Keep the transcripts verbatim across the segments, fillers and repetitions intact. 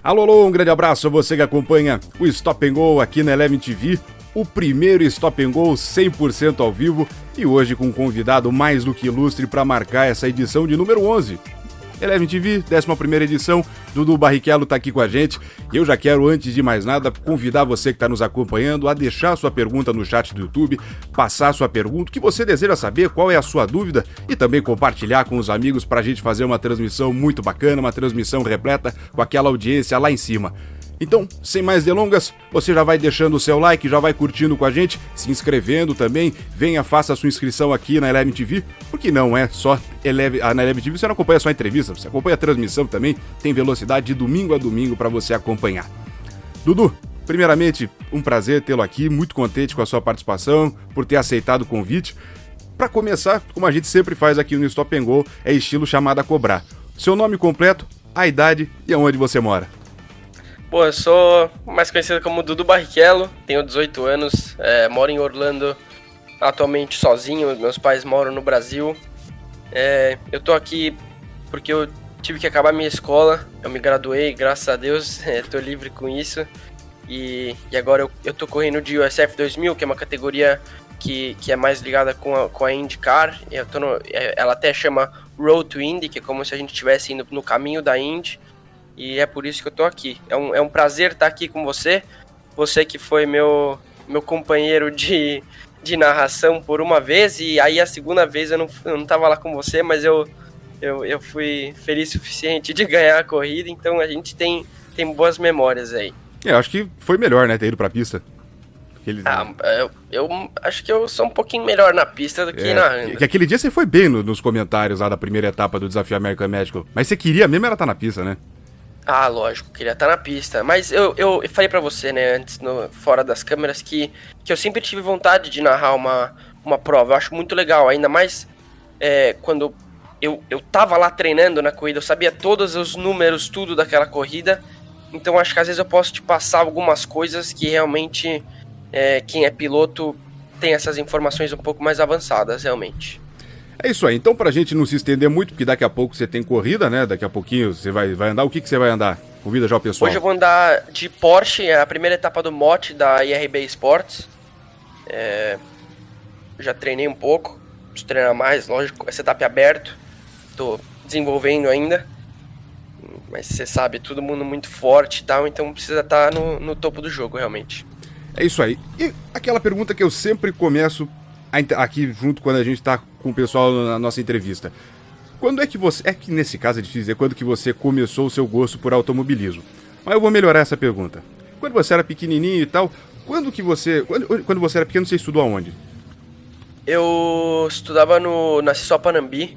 Alô, alô, um grande abraço a você que acompanha o Stop and Go aqui na Eleven T V, o primeiro Stop and Go cem por cento ao vivo e hoje com um convidado mais do que ilustre para marcar essa edição de número onze. Eleven T V, décima primeira edição, Dudu Barrichello tá aqui com a gente. E eu já quero, antes de mais nada, convidar você que está nos acompanhando a deixar sua pergunta no chat do YouTube, passar sua pergunta, o que você deseja saber, qual é a sua dúvida e também compartilhar com os amigos para a gente fazer uma transmissão muito bacana, uma transmissão repleta com aquela audiência lá em cima. Então, sem mais delongas, você já vai deixando o seu like, já vai curtindo com a gente, se inscrevendo também, venha, faça a sua inscrição aqui na Eleven T V, porque não é só Eleven, na Eleven T V, você não acompanha só a entrevista, você acompanha a transmissão também, tem velocidade de domingo a domingo para você acompanhar. Dudu, primeiramente, um prazer tê-lo aqui, muito contente com a sua participação, por ter aceitado o convite. Para começar, como a gente sempre faz aqui no Stop and Go, é estilo chamada a cobrar. Seu nome completo, a idade e aonde você mora. Bom, eu sou mais conhecido como Dudu Barrichello, tenho dezoito anos, é, moro em Orlando atualmente sozinho, meus pais moram no Brasil. É, eu tô aqui porque eu tive que acabar minha escola, eu me graduei, graças a Deus, é, tô livre com isso. E, e agora eu, eu tô correndo de U S F dois mil, que é uma categoria que, que é mais ligada com a, com a IndyCar. Eu tô no, é, ela até chama Road to Indy, que é como se a gente estivesse indo no caminho da Indy. E é por isso que eu tô aqui. É um, é um prazer estar aqui com você. Você que foi meu, meu companheiro de, de narração por uma vez. E aí a segunda vez eu não, eu não tava lá com você, mas eu, eu, eu fui feliz o suficiente de ganhar a corrida. Então a gente tem, tem boas memórias aí. É, eu acho que foi melhor, né, ter ido pra pista. Aquele... Ah, eu, eu acho que eu sou um pouquinho melhor na pista do que é, narrando. Que aquele dia você foi bem no, nos comentários lá da primeira etapa do Desafio American Magical. Mas você queria mesmo era estar na pista, né? Ah, lógico, queria estar na pista. Mas eu, eu falei pra você, né, antes, no, fora das câmeras, que, que eu sempre tive vontade de narrar uma, uma prova. Eu acho muito legal, ainda mais é, quando eu, eu tava lá treinando na corrida, eu sabia todos os números, tudo daquela corrida. Então acho que às vezes eu posso te passar algumas coisas que realmente é, quem é piloto tem essas informações um pouco mais avançadas, realmente. É isso aí, então pra gente não se estender muito, porque daqui a pouco você tem corrida, né? Daqui a pouquinho você vai, vai andar. O que, que você vai andar? Convida já o pessoal. Hoje eu vou andar de Porsche, é a primeira etapa do M O T da I R B Sports. É, já treinei um pouco, preciso treinar mais, lógico, é setup aberto, tô desenvolvendo ainda. Mas você sabe, todo mundo muito forte e tal, então precisa estar no, no topo do jogo, realmente. É isso aí. E aquela pergunta que eu sempre começo aqui junto quando a gente tá com o pessoal na nossa entrevista. Quando é que você... É que nesse caso é difícil dizer quando que você começou o seu gosto por automobilismo. Mas eu vou melhorar essa pergunta. Quando você era pequenininho e tal, quando que você... Quando, quando você era pequeno, você estudou aonde? Eu estudava no, na Cisó Panambi.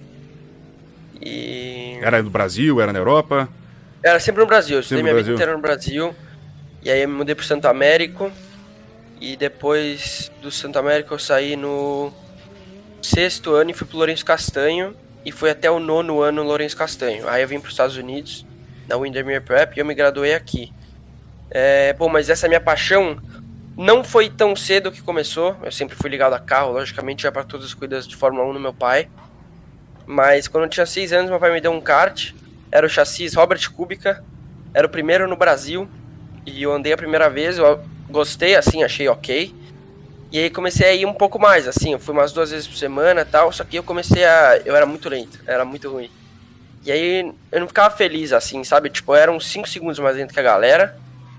E... Era no Brasil? Era na Europa? Era sempre no Brasil. Eu estudei sempre minha Brasil. vida inteira no Brasil. E aí eu me mudei pro Santo Américo. E depois do Santo Américo eu saí no sexto ano e fui pro Lourenço Castanho. E fui até o nono ano no Lourenço Castanho. Aí eu vim pros Estados Unidos, na Windermere Prep, e eu me graduei aqui. É, bom, mas essa minha paixão não foi tão cedo que começou. Eu sempre fui ligado a carro, logicamente, já para todas as corridas de Fórmula um no meu pai. Mas quando eu tinha seis anos, meu pai me deu um kart. Era o chassi Robert Kubica. Era o primeiro no Brasil. E eu andei a primeira vez, eu gostei, assim, achei ok. E aí comecei a ir um pouco mais, assim, eu fui umas duas vezes por semana e tal, só que eu comecei a... eu era muito lento, era muito ruim. E aí eu não ficava feliz, assim, sabe? Tipo, eu era uns cinco segundos mais lento que a galera.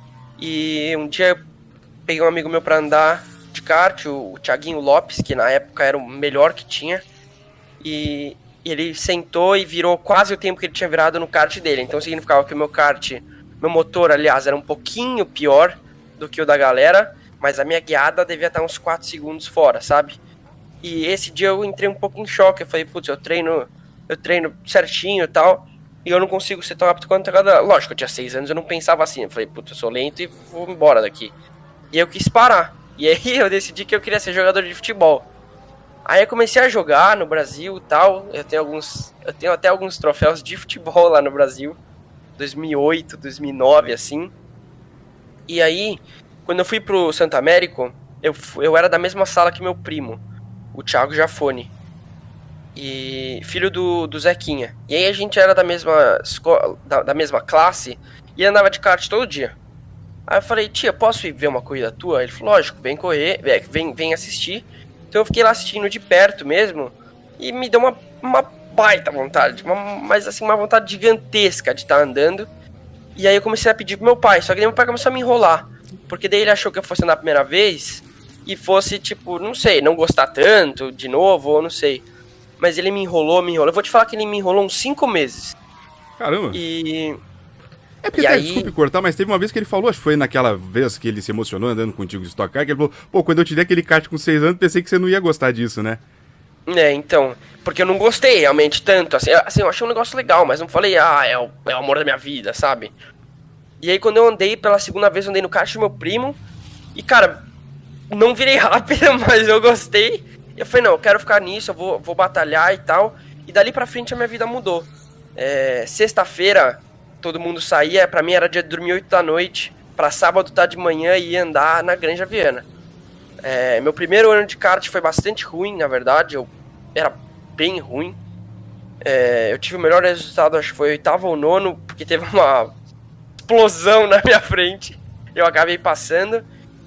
E um dia eu peguei um amigo meu pra andar de kart, o Thiaguinho Lopes, que na época era o melhor que tinha. E ele sentou e virou quase o tempo que ele tinha virado no kart dele. Então significava que o meu kart, meu motor, aliás, era um pouquinho pior do que o da galera, mas a minha guiada devia estar uns quatro segundos fora, sabe? E esse dia eu entrei um pouco em choque. Eu falei, putz, eu treino, eu treino certinho e tal, e eu não consigo ser tão rápido quanto a galera. Lógico, eu tinha seis anos, eu não pensava assim. Eu falei, putz, eu sou lento e vou embora daqui. E eu quis parar. E aí eu decidi que eu queria ser jogador de futebol. Aí eu comecei a jogar no Brasil e tal. Eu tenho alguns, eu tenho até alguns troféus de futebol lá no Brasil. dois mil e oito, dois mil e nove, assim. E aí, quando eu fui pro Santo Américo, eu, eu era da mesma sala que meu primo, o Thiago Jafone, e filho do, do Zequinha. E aí a gente era da mesma, escola, da, da mesma classe, e andava de kart todo dia. Aí eu falei, tia, posso ir ver uma corrida tua? Ele falou, lógico, vem correr, vem, vem assistir. Então eu fiquei lá assistindo de perto mesmo, e me deu uma, uma baita vontade, uma, mas assim, uma vontade gigantesca de estar andando. E aí eu comecei a pedir pro meu pai, só que daí meu pai começou a me enrolar, porque daí ele achou que eu fosse andar a primeira vez, e fosse, tipo, não sei, não gostar tanto de novo, ou não sei. Mas ele me enrolou, me enrolou. Eu vou te falar que ele me enrolou uns cinco meses. Caramba. E... É porque, e até, aí... desculpe cortar, mas teve uma vez que ele falou, acho que foi naquela vez que ele se emocionou andando contigo de Stock Car, que ele falou, pô, quando eu te dei aquele kart com seis anos, pensei que você não ia gostar disso, né? É, então, porque eu não gostei realmente tanto, assim, assim, eu achei um negócio legal, mas não falei, ah, é o, é o amor da minha vida, sabe? E aí quando eu andei pela segunda vez, eu andei no kart do meu primo, e cara, não virei rápido, mas eu gostei, e eu falei, não, eu quero ficar nisso, eu vou, vou batalhar e tal, e dali pra frente a minha vida mudou. É, sexta-feira, todo mundo saía, pra mim era dia de dormir oito da noite, pra sábado tá de manhã e ia andar na Granja Viana. É, meu primeiro ano de kart foi bastante ruim, na verdade, eu era bem ruim. É, eu tive o melhor resultado, acho que foi oitavo ou nono, porque teve uma explosão na minha frente. Eu acabei passando.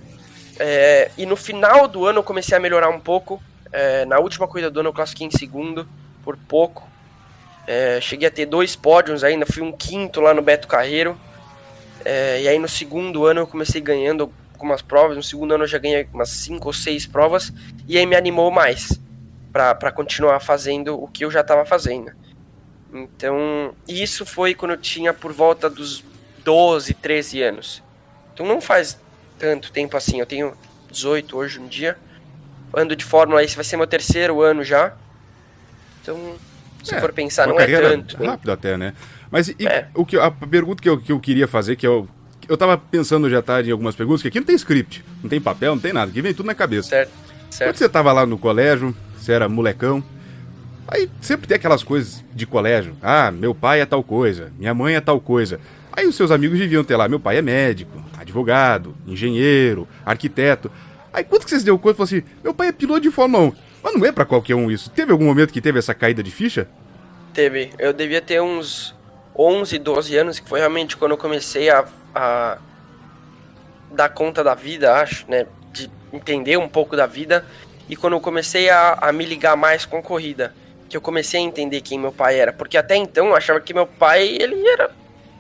É, e no final do ano eu comecei a melhorar um pouco. É, na última corrida do ano eu classifiquei em segundo, por pouco. É, cheguei a ter dois pódios ainda, fui um quinto lá no Beto Carreiro. É, e aí no segundo ano eu comecei ganhando algumas provas, no segundo ano eu já ganhei umas cinco ou seis provas, e aí me animou mais pra, pra continuar fazendo o que eu já tava fazendo. Então, isso foi quando eu tinha por volta dos doze, treze anos. Então não faz tanto tempo assim, eu tenho dezoito hoje um dia, ando de Fórmula, esse vai ser meu terceiro ano já. Então, se é, for pensar, não é tanto. Rápido até, né? Mas e, é. o que, a pergunta que eu, que eu queria fazer, que eu, eu tava pensando já tarde em algumas perguntas, que aqui não tem script, não tem papel, não tem nada, aqui vem tudo na cabeça. Certo, certo. Quando você tava lá no colégio, você era molecão, aí sempre tem aquelas coisas de colégio. Ah, meu pai é tal coisa, minha mãe é tal coisa. Aí os seus amigos deviam ter lá, meu pai é médico, advogado, engenheiro, arquiteto. Aí quando que você se deu conta e falou assim, meu pai é piloto de Fórmula um? Mas não é pra qualquer um isso. Teve algum momento que teve essa caída de ficha? Teve. Eu devia ter uns onze, doze anos, que foi realmente quando eu comecei a, a dar conta da vida, acho, né? De entender um pouco da vida. E quando eu comecei a, a me ligar mais com corrida, que eu comecei a entender quem meu pai era. Porque até então eu achava que meu pai, ele era...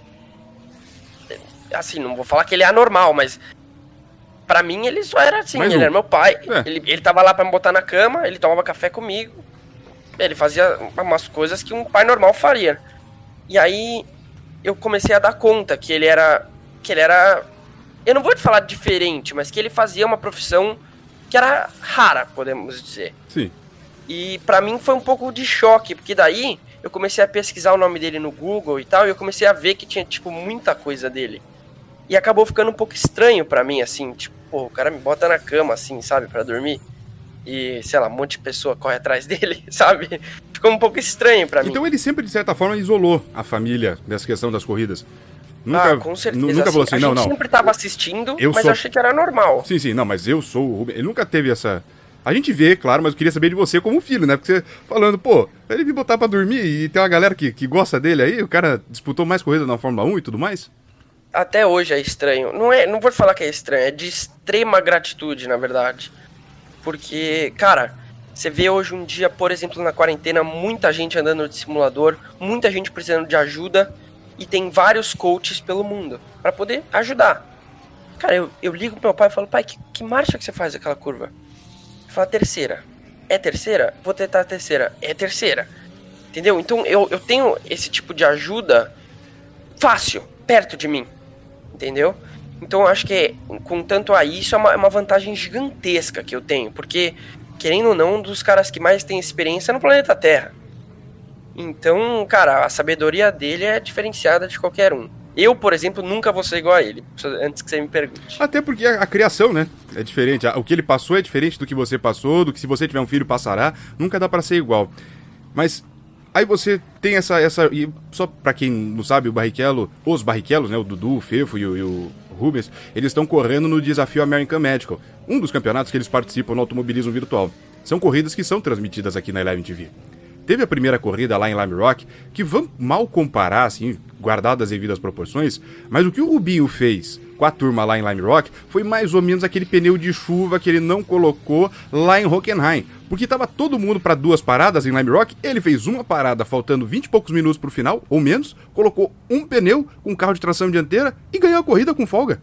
Assim, não vou falar que ele é anormal, mas... Pra mim, ele só era assim, mais ele um. Era meu pai, é. ele, ele tava lá pra me botar na cama, ele tomava café comigo, ele fazia umas coisas que um pai normal faria. E aí, eu comecei a dar conta que ele era, que ele era, eu não vou te falar diferente, mas que ele fazia uma profissão que era rara, podemos dizer. Sim. E pra mim foi um pouco de choque, porque daí eu comecei a pesquisar o nome dele no Google e tal, e eu comecei a ver que tinha, tipo, muita coisa dele. E acabou ficando um pouco estranho pra mim, assim, tipo, pô, o cara me bota na cama, assim, sabe, pra dormir. E, sei lá, um monte de pessoa corre atrás dele, sabe? Ficou um pouco estranho pra mim. Então ele sempre, de certa forma, isolou a família dessa questão das corridas. Nunca, ah, com certeza. Nunca assim, falou assim, a não, gente não. sempre tava assistindo, eu mas sou... eu achei que era normal. Sim, sim, não, mas eu sou o Rubens. Ele nunca teve essa... A gente vê, claro, mas eu queria saber de você como filho, né? Porque você falando, pô, ele me botar pra dormir e tem uma galera que, que gosta dele aí, o cara disputou mais corridas na Fórmula um e tudo mais. Até hoje é estranho. Não, é, não vou falar que é estranho, é de extrema gratitude, na verdade. Porque, cara, você vê hoje um dia, por exemplo, na quarentena, muita gente andando de simulador, muita gente precisando de ajuda, e tem vários coaches pelo mundo pra poder ajudar. Cara, eu, eu ligo pro meu pai e falo, pai, que, que marcha que você faz aquela curva? Ele fala, terceira. É terceira? Vou tentar a terceira. É terceira. Entendeu? Então eu, eu tenho esse tipo de ajuda fácil, perto de mim. Entendeu? Então eu acho que, com tanto a isso, é uma, é uma vantagem gigantesca que eu tenho. Porque, querendo ou não, um dos caras que mais tem experiência no planeta Terra. Então, cara, a sabedoria dele é diferenciada de qualquer um. Eu, por exemplo, nunca vou ser igual a ele, antes que você me pergunte. Até porque a, a criação, né, é diferente. O que ele passou é diferente do que você passou, do que se você tiver um filho passará. Nunca dá pra ser igual. Mas... Aí você tem essa, essa e só pra quem não sabe, o Barrichello, os Barrichellos, né, o Dudu, o Fefo e o, e o Rubens, eles estão correndo no desafio American Medical, um dos campeonatos que eles participam no automobilismo virtual. São corridas que são transmitidas aqui na Eleven T V. teve a primeira corrida lá em Lime Rock, que vamos mal comparar, assim, guardadas as devidas proporções, mas o que o Rubinho fez com a turma lá em Lime Rock foi mais ou menos aquele pneu de chuva que ele não colocou lá em Hockenheim. Porque tava todo mundo para duas paradas em Lime Rock, ele fez uma parada faltando vinte e poucos minutos pro final, ou menos, colocou um pneu com carro de tração dianteira e ganhou a corrida com folga.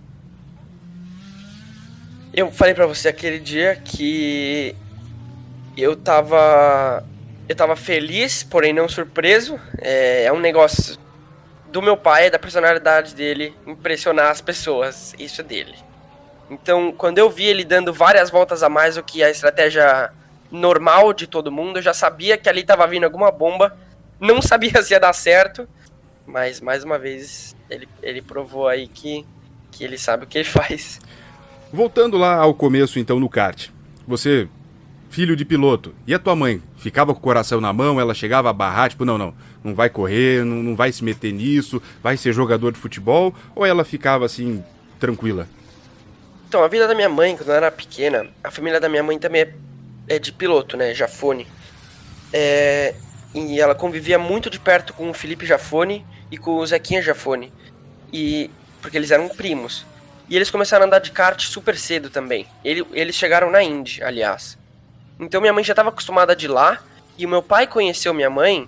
Eu falei pra você aquele dia que eu tava eu tava feliz, porém não surpreso. É, é um negócio do meu pai, da personalidade dele, impressionar as pessoas. Isso é dele. Então, quando eu vi ele dando várias voltas a mais do que a estratégia normal de todo mundo, eu já sabia que ali tava vindo alguma bomba. Não sabia se ia dar certo, mas mais uma vez ele, ele provou aí que, que ele sabe o que ele faz. Voltando lá ao começo, então, no kart. Você, filho de piloto, e a tua mãe? Ficava com o coração na mão, ela chegava a barrar, tipo, não, não, não vai correr, não, não vai se meter nisso, vai ser jogador de futebol, ou ela ficava, assim, tranquila? Então, a vida da minha mãe, quando eu era pequena, a família da minha mãe também é, é de piloto, né, Jafone. É, e ela convivia muito de perto com o Felipe Jafone e com o Zequinha Jafone, e, porque eles eram primos. E eles começaram a andar de kart super cedo também. Ele, eles chegaram na Indy, aliás. Então minha mãe já estava acostumada de lá. E o meu pai conheceu minha mãe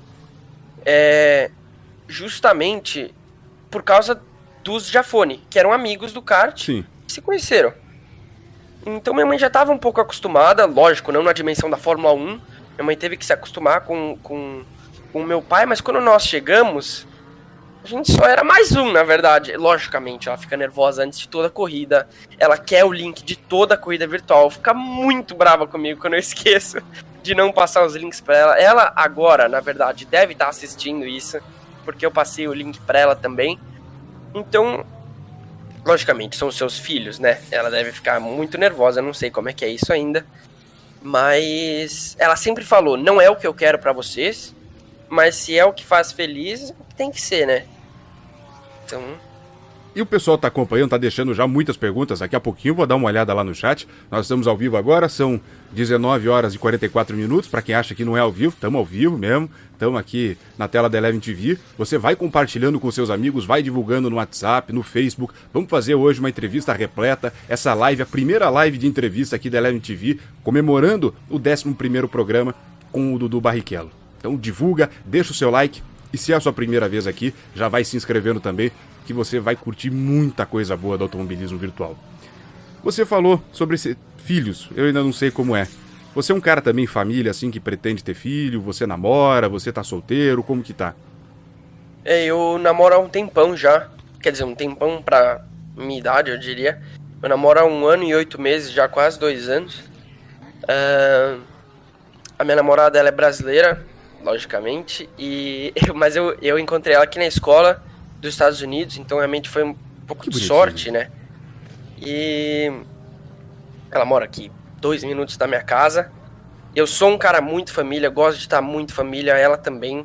é, justamente por causa dos Jafone, que eram amigos do kart. Sim. E se conheceram. Então minha mãe já estava um pouco acostumada, lógico, não na dimensão da Fórmula um. Minha mãe teve que se acostumar com, com, com o meu pai, mas quando nós chegamos, a gente só era mais um, na verdade. Logicamente, ela fica nervosa antes de toda a corrida. Ela quer o link de toda a corrida virtual. Fica muito brava comigo quando eu esqueço de não passar os links pra ela. Ela agora, na verdade, deve estar assistindo isso, porque eu passei o link pra ela também. Então, logicamente, são os seus filhos, né? Ela deve ficar muito nervosa, não sei como é que é isso ainda. Mas ela sempre falou, não é o que eu quero pra vocês, mas se é o que faz feliz, tem que ser, né? Então... E o pessoal tá acompanhando, tá deixando já muitas perguntas. Daqui a pouquinho vou dar uma olhada lá no chat. Nós estamos ao vivo agora, são dezenove horas e quarenta e quatro minutos. Para quem acha que não é ao vivo, estamos ao vivo mesmo. Estamos aqui na tela da Eleven T V. Você vai compartilhando com seus amigos, vai divulgando no WhatsApp, no Facebook. Vamos fazer hoje uma entrevista repleta. Essa live, a primeira live de entrevista aqui da Eleven T V, comemorando o décimo primeiro programa com o Dudu Barrichello. Então divulga, deixa o seu like. E se é a sua primeira vez aqui, já vai se inscrevendo também, que você vai curtir muita coisa boa do automobilismo virtual. Você falou sobre esse... filhos, eu ainda não sei como é. Você é um cara também, família, assim, que pretende ter filho? Você namora? Você tá solteiro? Como que tá? É, eu namoro há um tempão já. Quer dizer, um tempão pra minha idade, eu diria. Eu namoro há um ano e oito meses, já quase dois anos. Uh, a minha namorada, ela é brasileira, logicamente, e mas eu, eu encontrei ela aqui na escola dos Estados Unidos, então realmente foi um pouco que de bonitinho. sorte, né? E ela mora aqui, dois minutos da minha casa. Eu sou um cara muito família, gosto de estar muito família, ela também.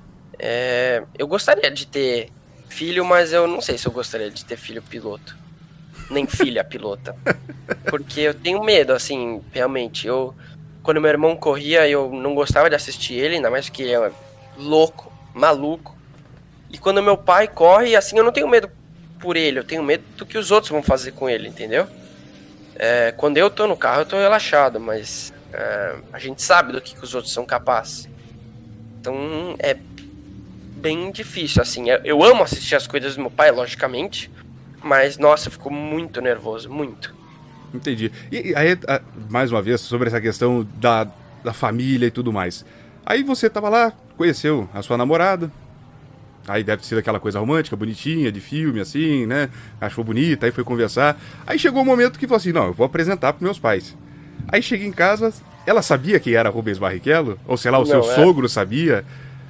É, eu gostaria de ter filho, mas eu não sei se eu gostaria de ter filho piloto, nem filha pilota, porque eu tenho medo, assim, realmente. Eu Quando meu irmão corria, eu não gostava de assistir ele, ainda mais que ele é louco, maluco. E quando meu pai corre, assim, eu não tenho medo por ele, eu tenho medo do que os outros vão fazer com ele, entendeu? É, quando eu tô no carro, eu tô relaxado, mas é, a gente sabe do que, que os outros são capazes. Então, é bem difícil, assim. Eu, eu amo assistir as coisas do meu pai, logicamente, mas, nossa, eu fico muito nervoso, muito. Entendi. E, e aí, mais uma vez, sobre essa questão da, da família e tudo mais. Aí você tava lá, conheceu a sua namorada, aí deve ter sido aquela coisa romântica, bonitinha, de filme, assim, né? Achou bonita, aí foi conversar. Aí chegou o um momento que falou assim, não, eu vou apresentar pros meus pais. Aí cheguei em casa, ela sabia quem era Rubens Barrichello? Ou sei lá, o não, seu é... sogro sabia?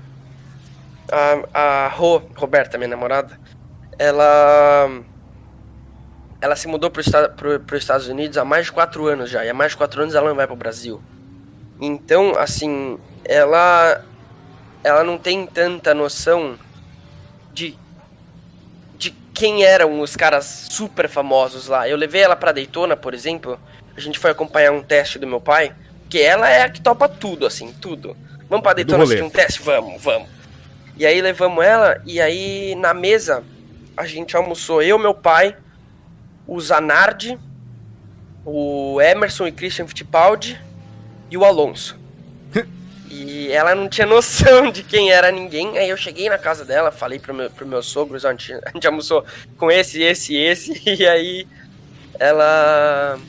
A, a Ro, Roberta, minha namorada, ela... Ela se mudou para os Estados Unidos há mais de quatro anos já. E há mais de quatro anos ela não vai para o Brasil. Então, assim, ela, ela não tem tanta noção de, de quem eram os caras super famosos lá. Eu levei ela para Daytona, por exemplo. A gente foi acompanhar um teste do meu pai. Que ela é a que topa tudo, assim, tudo. Vamos pra Daytona assistir um teste? Vamos, vamos. E aí levamos ela, e aí na mesa a gente almoçou, eu, meu pai, o Zanardi, o Emerson e Christian Fittipaldi e o Alonso. E ela não tinha noção de quem era ninguém. Aí eu cheguei na casa dela, falei pro meu, pro meu sogro, a gente, a gente almoçou com esse, esse e esse. E aí ela...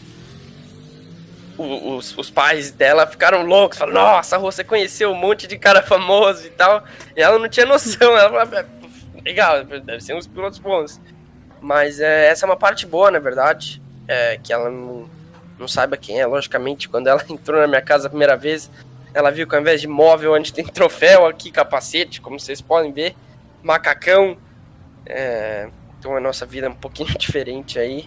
O, os, os pais dela ficaram loucos. Falaram, nossa, você conheceu um monte de cara famoso e tal. E ela não tinha noção. Ela falou, legal, deve ser uns pilotos bons. Mas é, essa é uma parte boa, na verdade. É, que ela não, não saiba quem é. Logicamente, quando ela entrou na minha casa a primeira vez... Ela viu que ao invés de móvel, a gente tem troféu aqui, capacete, como vocês podem ver, macacão. É, então a nossa vida é um pouquinho diferente aí.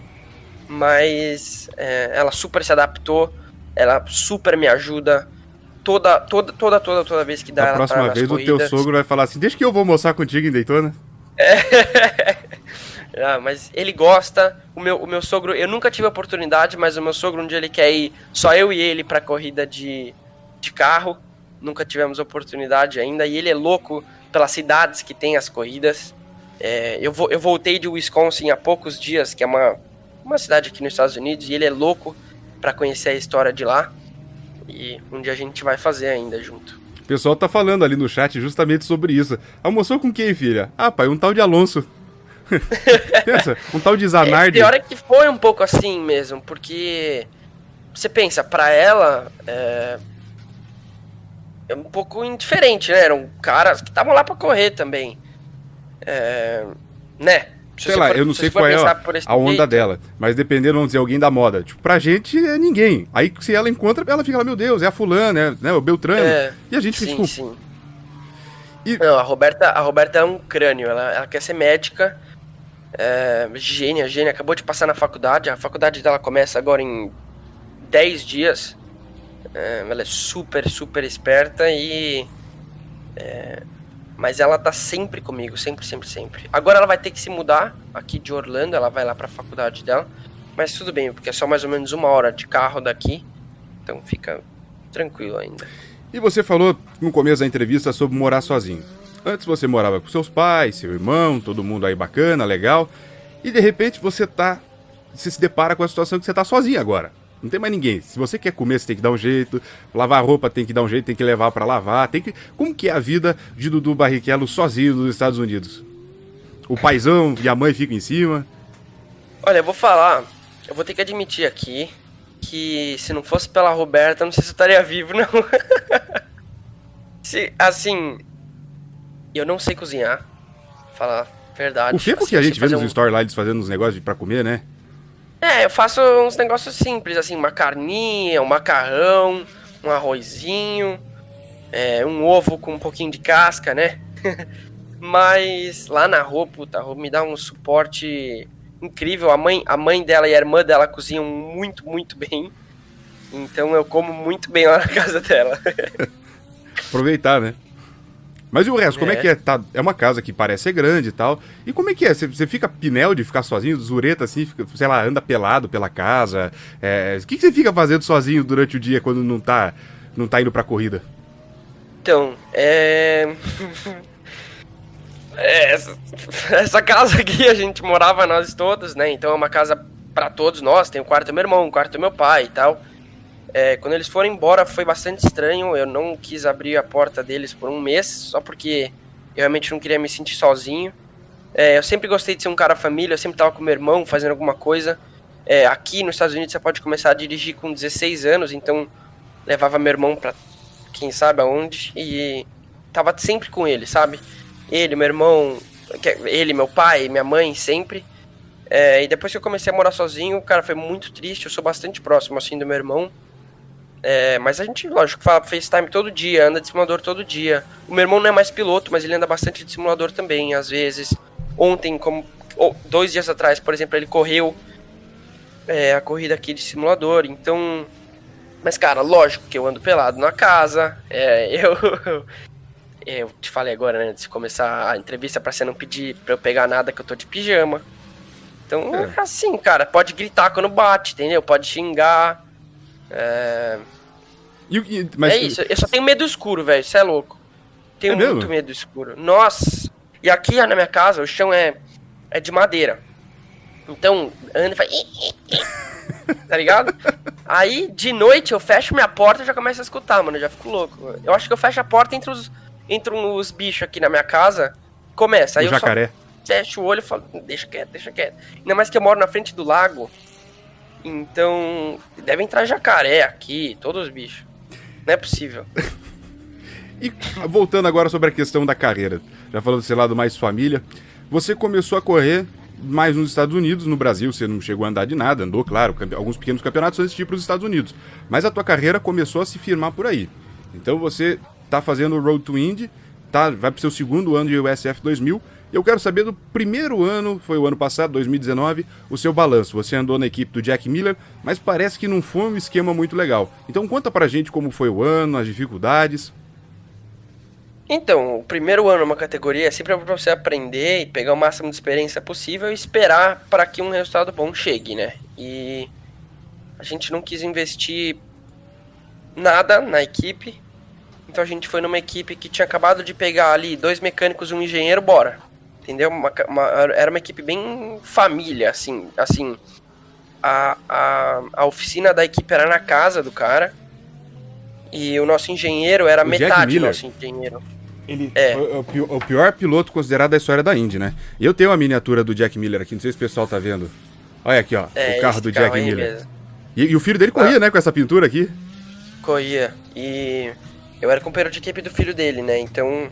Mas é, ela super se adaptou, ela super me ajuda. Toda, toda, toda, toda, toda vez que dá, ela tá nas corridas. A próxima vez o teu sogro vai falar assim, deixa que eu vou almoçar contigo em Daytona. É. Ah, mas ele gosta, o meu, o meu sogro, eu nunca tive a oportunidade, mas o meu sogro um dia ele quer ir, só eu e ele pra corrida de... de carro, nunca tivemos oportunidade ainda, e ele é louco pelas cidades que tem as corridas. É, eu, vo, eu voltei de Wisconsin há poucos dias, que é uma, uma cidade aqui nos Estados Unidos, e ele é louco para conhecer a história de lá, e um dia a gente vai fazer ainda junto. O pessoal tá falando ali no chat justamente sobre isso. Almoçou com quem, filha? Ah, pai, um tal de Alonso. Pensa, um tal de Zanardi. É, pior é que foi um pouco assim mesmo, porque você pensa, pra ela... É... é um pouco indiferente, né? Eram caras que estavam lá pra correr também. É... Né? Se Sei lá, for, eu não sei qual é a, a onda jeito. dela, mas dependendo, vamos dizer, alguém da moda. Tipo, pra gente é ninguém. Aí se ela encontra, ela fica lá, meu Deus, é a fulana, né? O Beltrano. É, e a gente sim, fica... Sim, e... Não, a Roberta, a Roberta é um crânio. Ela, ela quer ser médica. É, gênia, gênia. Acabou de passar na faculdade. A faculdade dela começa agora em dez dias. É, ela é super, super esperta e... É, mas ela tá sempre comigo, sempre, sempre, sempre. Agora ela vai ter que se mudar aqui de Orlando, ela vai lá pra faculdade dela. Mas tudo bem, porque é só mais ou menos uma hora de carro daqui. Então fica tranquilo ainda. E você falou no começo da entrevista sobre morar sozinho. Antes você morava com seus pais, seu irmão, todo mundo aí bacana, legal. E de repente você tá... Você se depara com a situação que você tá sozinho agora. Não tem mais ninguém. Se você quer comer, você tem que dar um jeito. Lavar roupa tem que dar um jeito, tem que levar pra lavar. Tem que... Como que é a vida de Dudu Barrichello sozinho nos Estados Unidos? O paizão e a mãe ficam em cima. Olha, eu vou falar... Eu vou ter que admitir aqui que se não fosse pela Roberta, não sei se eu estaria vivo, não. se, assim... Eu não sei cozinhar. Falar a verdade. O tempo assim, que a gente vê nos um... storylines fazendo uns negócios pra comer, né? É, eu faço uns negócios simples, assim, uma carninha, um macarrão, um arrozinho, é, um ovo com um pouquinho de casca, né? Mas lá na Rô, puta, a Rô me dá um suporte incrível. A mãe, a mãe dela e a irmã dela cozinham muito, muito bem. Então eu como muito bem lá na casa dela. Aproveitar, né? Mas e o resto, como é, é que é? Tá, é uma casa que parece ser grande e tal. E como é que é? Você, você fica pinel de ficar sozinho, zureta assim, fica, sei lá, anda pelado pela casa? É, o que, que você fica fazendo sozinho durante o dia quando não tá, não tá indo pra corrida? Então, é... é essa, essa casa aqui a gente morava nós todos, né? Então é uma casa pra todos nós. Tem o quarto do meu irmão, o quarto do meu pai e tal. É, quando eles foram embora foi bastante estranho, eu não quis abrir a porta deles por um mês, só porque eu realmente não queria me sentir sozinho. É, eu sempre gostei de ser um cara família, eu sempre tava com meu irmão fazendo alguma coisa. É, aqui nos Estados Unidos você pode começar a dirigir com dezesseis anos, então levava meu irmão pra quem sabe aonde e tava sempre com ele, sabe? Ele, meu irmão, ele, meu pai, minha mãe, sempre. É, e depois que eu comecei a morar sozinho, cara, foi muito triste, eu sou bastante próximo assim do meu irmão. É, mas a gente, lógico, fala FaceTime todo dia, anda de simulador todo dia. O meu irmão não é mais piloto, mas ele anda bastante de simulador também, às vezes. Ontem, como ou, dois dias atrás, por exemplo, ele correu é, a corrida aqui de simulador. Então, mas cara, lógico que eu ando pelado na casa. É, eu, eu te falei agora, né, antes de começar a entrevista, pra você não pedir pra eu pegar nada, que eu tô de pijama. Então, é assim, cara, pode gritar quando bate, entendeu? Pode xingar. É... E, e, mas... É isso, eu só tenho medo escuro, velho, você é louco. Tenho é muito mesmo? medo escuro. Nossa! E aqui na minha casa, o chão é, é de madeira. Então, anda e faz... tá ligado? Aí, de noite, eu fecho minha porta e já começo a escutar, mano, eu já fico louco. Eu acho que eu fecho a porta entre os, entre os bichos aqui na minha casa, começa. Aí o eu jacaré. Só fecho o olho e falo, deixa quieto, deixa quieto. Ainda mais que eu moro na frente do lago, então deve entrar jacaré aqui, todos os bichos. Não é possível. E voltando agora sobre a questão da carreira, já falando desse lado mais família, você começou a correr mais nos Estados Unidos, no Brasil você não chegou a andar de nada, andou, claro, alguns pequenos campeonatos antes de ir para os Estados Unidos, mas a tua carreira começou a se firmar por aí. Então você tá fazendo o Road to Indy, tá, vai pro seu segundo ano de U S F dois mil, e eu quero saber do primeiro ano, foi o ano passado, dois mil e dezenove, o seu balanço. Você andou na equipe do Jack Miller, mas parece que não foi um esquema muito legal. Então conta pra gente como foi o ano, as dificuldades. Então, o primeiro ano numa categoria é sempre pra você aprender e pegar o máximo de experiência possível e esperar para que um resultado bom chegue, né? E a gente não quis investir nada na equipe, então a gente foi numa equipe que tinha acabado de pegar ali dois mecânicos e um engenheiro, bora. Entendeu? Uma, uma, era uma equipe bem família, assim. assim a, a, a oficina da equipe era na casa do cara. E o nosso engenheiro era o metade do nosso engenheiro. Ele é o, o pior piloto considerado da história da Indy, né? E eu tenho uma miniatura do Jack Miller aqui, não sei se o pessoal tá vendo. Olha aqui, ó, é, o carro do Jack Miller. E, e o filho dele corria, ah, né, com essa pintura aqui. Corria. E eu era companheiro de equipe do filho dele, né? Então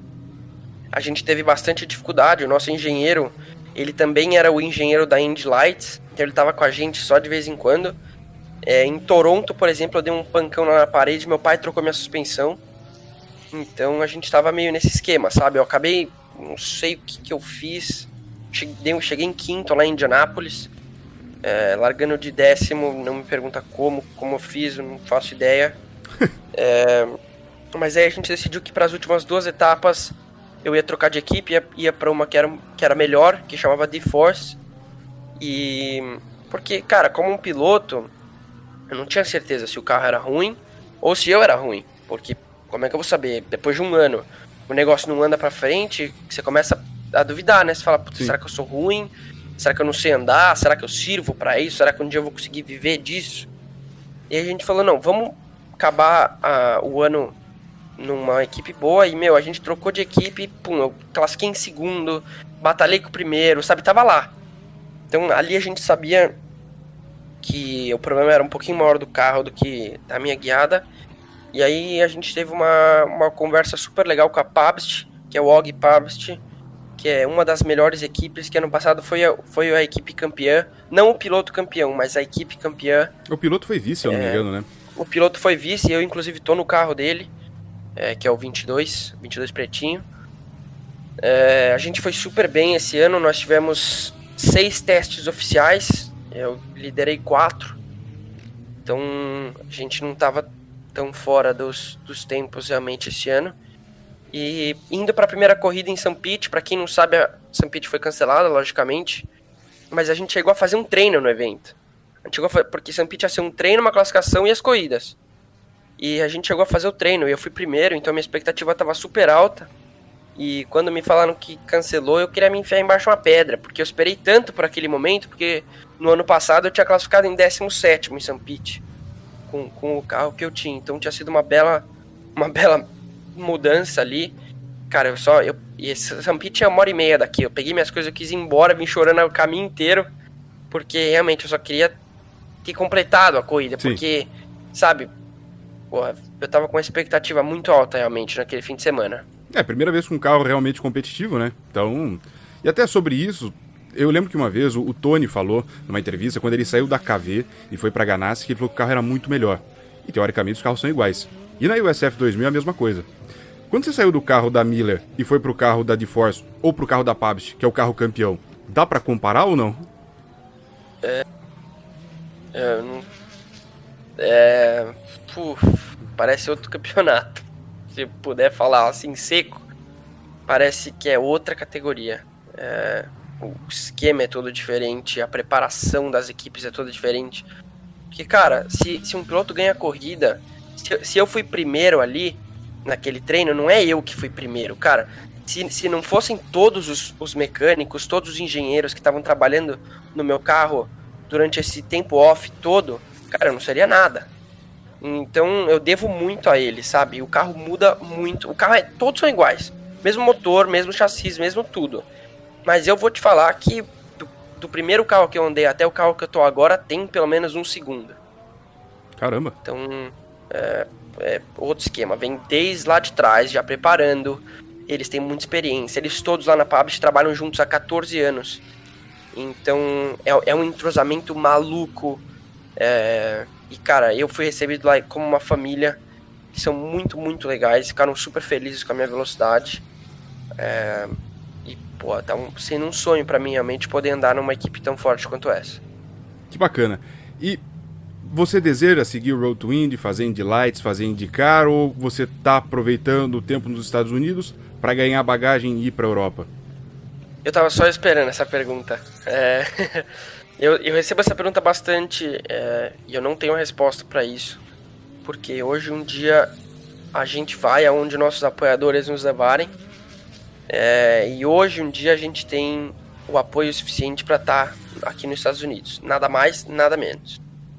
a gente teve bastante dificuldade. O nosso engenheiro, ele também era o engenheiro da Indy Lights, então ele tava com a gente só de vez em quando. É, em Toronto, por exemplo, eu dei um pancão na parede, meu pai trocou minha suspensão. Então a gente tava meio nesse esquema, sabe? Eu acabei, não sei o que, que eu fiz. Cheguei, cheguei em quinto lá em Indianápolis, é, largando de décimo, não me pergunta como, como eu fiz, eu não faço ideia. é, mas aí a gente decidiu que para as últimas duas etapas eu ia trocar de equipe, ia, ia para uma que era, que era melhor, que chamava D-Force. E porque, cara, como um piloto, eu não tinha certeza se o carro era ruim ou se eu era ruim. Porque como é que eu vou saber? Depois de um ano, o negócio não anda pra frente, você começa a duvidar, né? Você fala, putz, será que eu sou ruim? Será que eu não sei andar? Será que eu sirvo pra isso? Será que um dia eu vou conseguir viver disso? E aí a gente falou, não, vamos acabar uh, o ano numa equipe boa. E, meu, a gente trocou de equipe, pum, eu classifiquei em segundo, batalhei com o primeiro, sabe? Tava lá. Então ali a gente sabia que o problema era um pouquinho maior do carro do que da minha guiada. E aí a gente teve uma, uma conversa super legal com a Pabst, que é o Og Pabst, que é uma das melhores equipes, que ano passado foi a, foi a equipe campeã. Não o piloto campeão, mas a equipe campeã. O piloto foi vice, se eu não me engano, né? O piloto foi vice, eu inclusive tô no carro dele, é, que é o vinte e dois, vinte e dois pretinho. É, a gente foi super bem esse ano, nós tivemos seis testes oficiais, eu liderei quatro. Então a gente não tava tão fora dos, dos tempos realmente esse ano. E indo para a primeira corrida em San Pete, para quem não sabe, a San Pete foi cancelada, logicamente, mas a gente chegou a fazer um treino no evento. A gente chegou a fazer, porque San Pete ia ser um treino, uma classificação e as corridas. E a gente chegou a fazer o treino, e eu fui primeiro, então a minha expectativa estava super alta. E quando me falaram que cancelou, eu queria me enfiar embaixo de uma pedra, porque eu esperei tanto por aquele momento, porque no ano passado eu tinha classificado em décimo sétimo em San Pete. Com, com o carro que eu tinha, então tinha sido uma bela uma bela mudança ali, cara. Eu só, eu, e esse San Pete é uma hora e meia daqui, eu peguei minhas coisas, eu quis ir embora, vim chorando o caminho inteiro, porque realmente eu só queria ter completado a corrida. Sim. Porque, sabe, porra, eu tava com uma expectativa muito alta realmente naquele fim de semana. É, a primeira vez com um carro realmente competitivo, né, então, e até sobre isso, eu lembro que uma vez o, o Tony falou numa entrevista, quando ele saiu da K V e foi pra Ganassi, que ele falou que o carro era muito melhor. E teoricamente os carros são iguais. E na U S F dois mil é a mesma coisa. Quando você saiu do carro da Miller e foi pro carro da D-Force ou pro carro da Pabst, que é o carro campeão, dá pra comparar ou não? É... É... Não... é puf, parece outro campeonato. Se puder falar assim seco, parece que é outra categoria. É... O esquema é todo diferente, a preparação das equipes é toda diferente. Porque, cara, se, se um piloto ganha a corrida, se, se eu fui primeiro ali, naquele treino, não é eu que fui primeiro, cara. Se, se não fossem todos os, os mecânicos, todos os engenheiros que estavam trabalhando no meu carro durante esse tempo off todo, cara, eu não seria nada. Então eu devo muito a ele, sabe? O carro muda muito. O carro é, todos são iguais. Mesmo motor, mesmo chassi, mesmo tudo. Mas eu vou te falar que do, do primeiro carro que eu andei até o carro que eu tô agora tem pelo menos um segundo. Caramba. Então, é, é outro esquema. Vem desde lá de trás, já preparando. Eles têm muita experiência. Eles todos lá na Publish trabalham juntos há catorze anos. Então, é, é um entrosamento maluco. É, e, cara, eu fui recebido lá como uma família. São muito, muito legais. Ficaram super felizes com a minha velocidade. É, e, pô, tá um, sendo um sonho pra mim, realmente, poder andar numa equipe tão forte quanto essa. Que bacana. E você deseja seguir o Road to Indy, fazer Indy Lights, fazer IndyCar, ou você tá aproveitando o tempo nos Estados Unidos para ganhar bagagem e ir pra Europa? Eu tava só esperando essa pergunta. É, eu, eu recebo essa pergunta bastante é, e eu não tenho resposta para isso. Porque hoje um dia a gente vai aonde nossos apoiadores nos levarem. É, e hoje um dia a gente tem o apoio suficiente para estar aqui nos Estados Unidos. Nada mais, nada menos.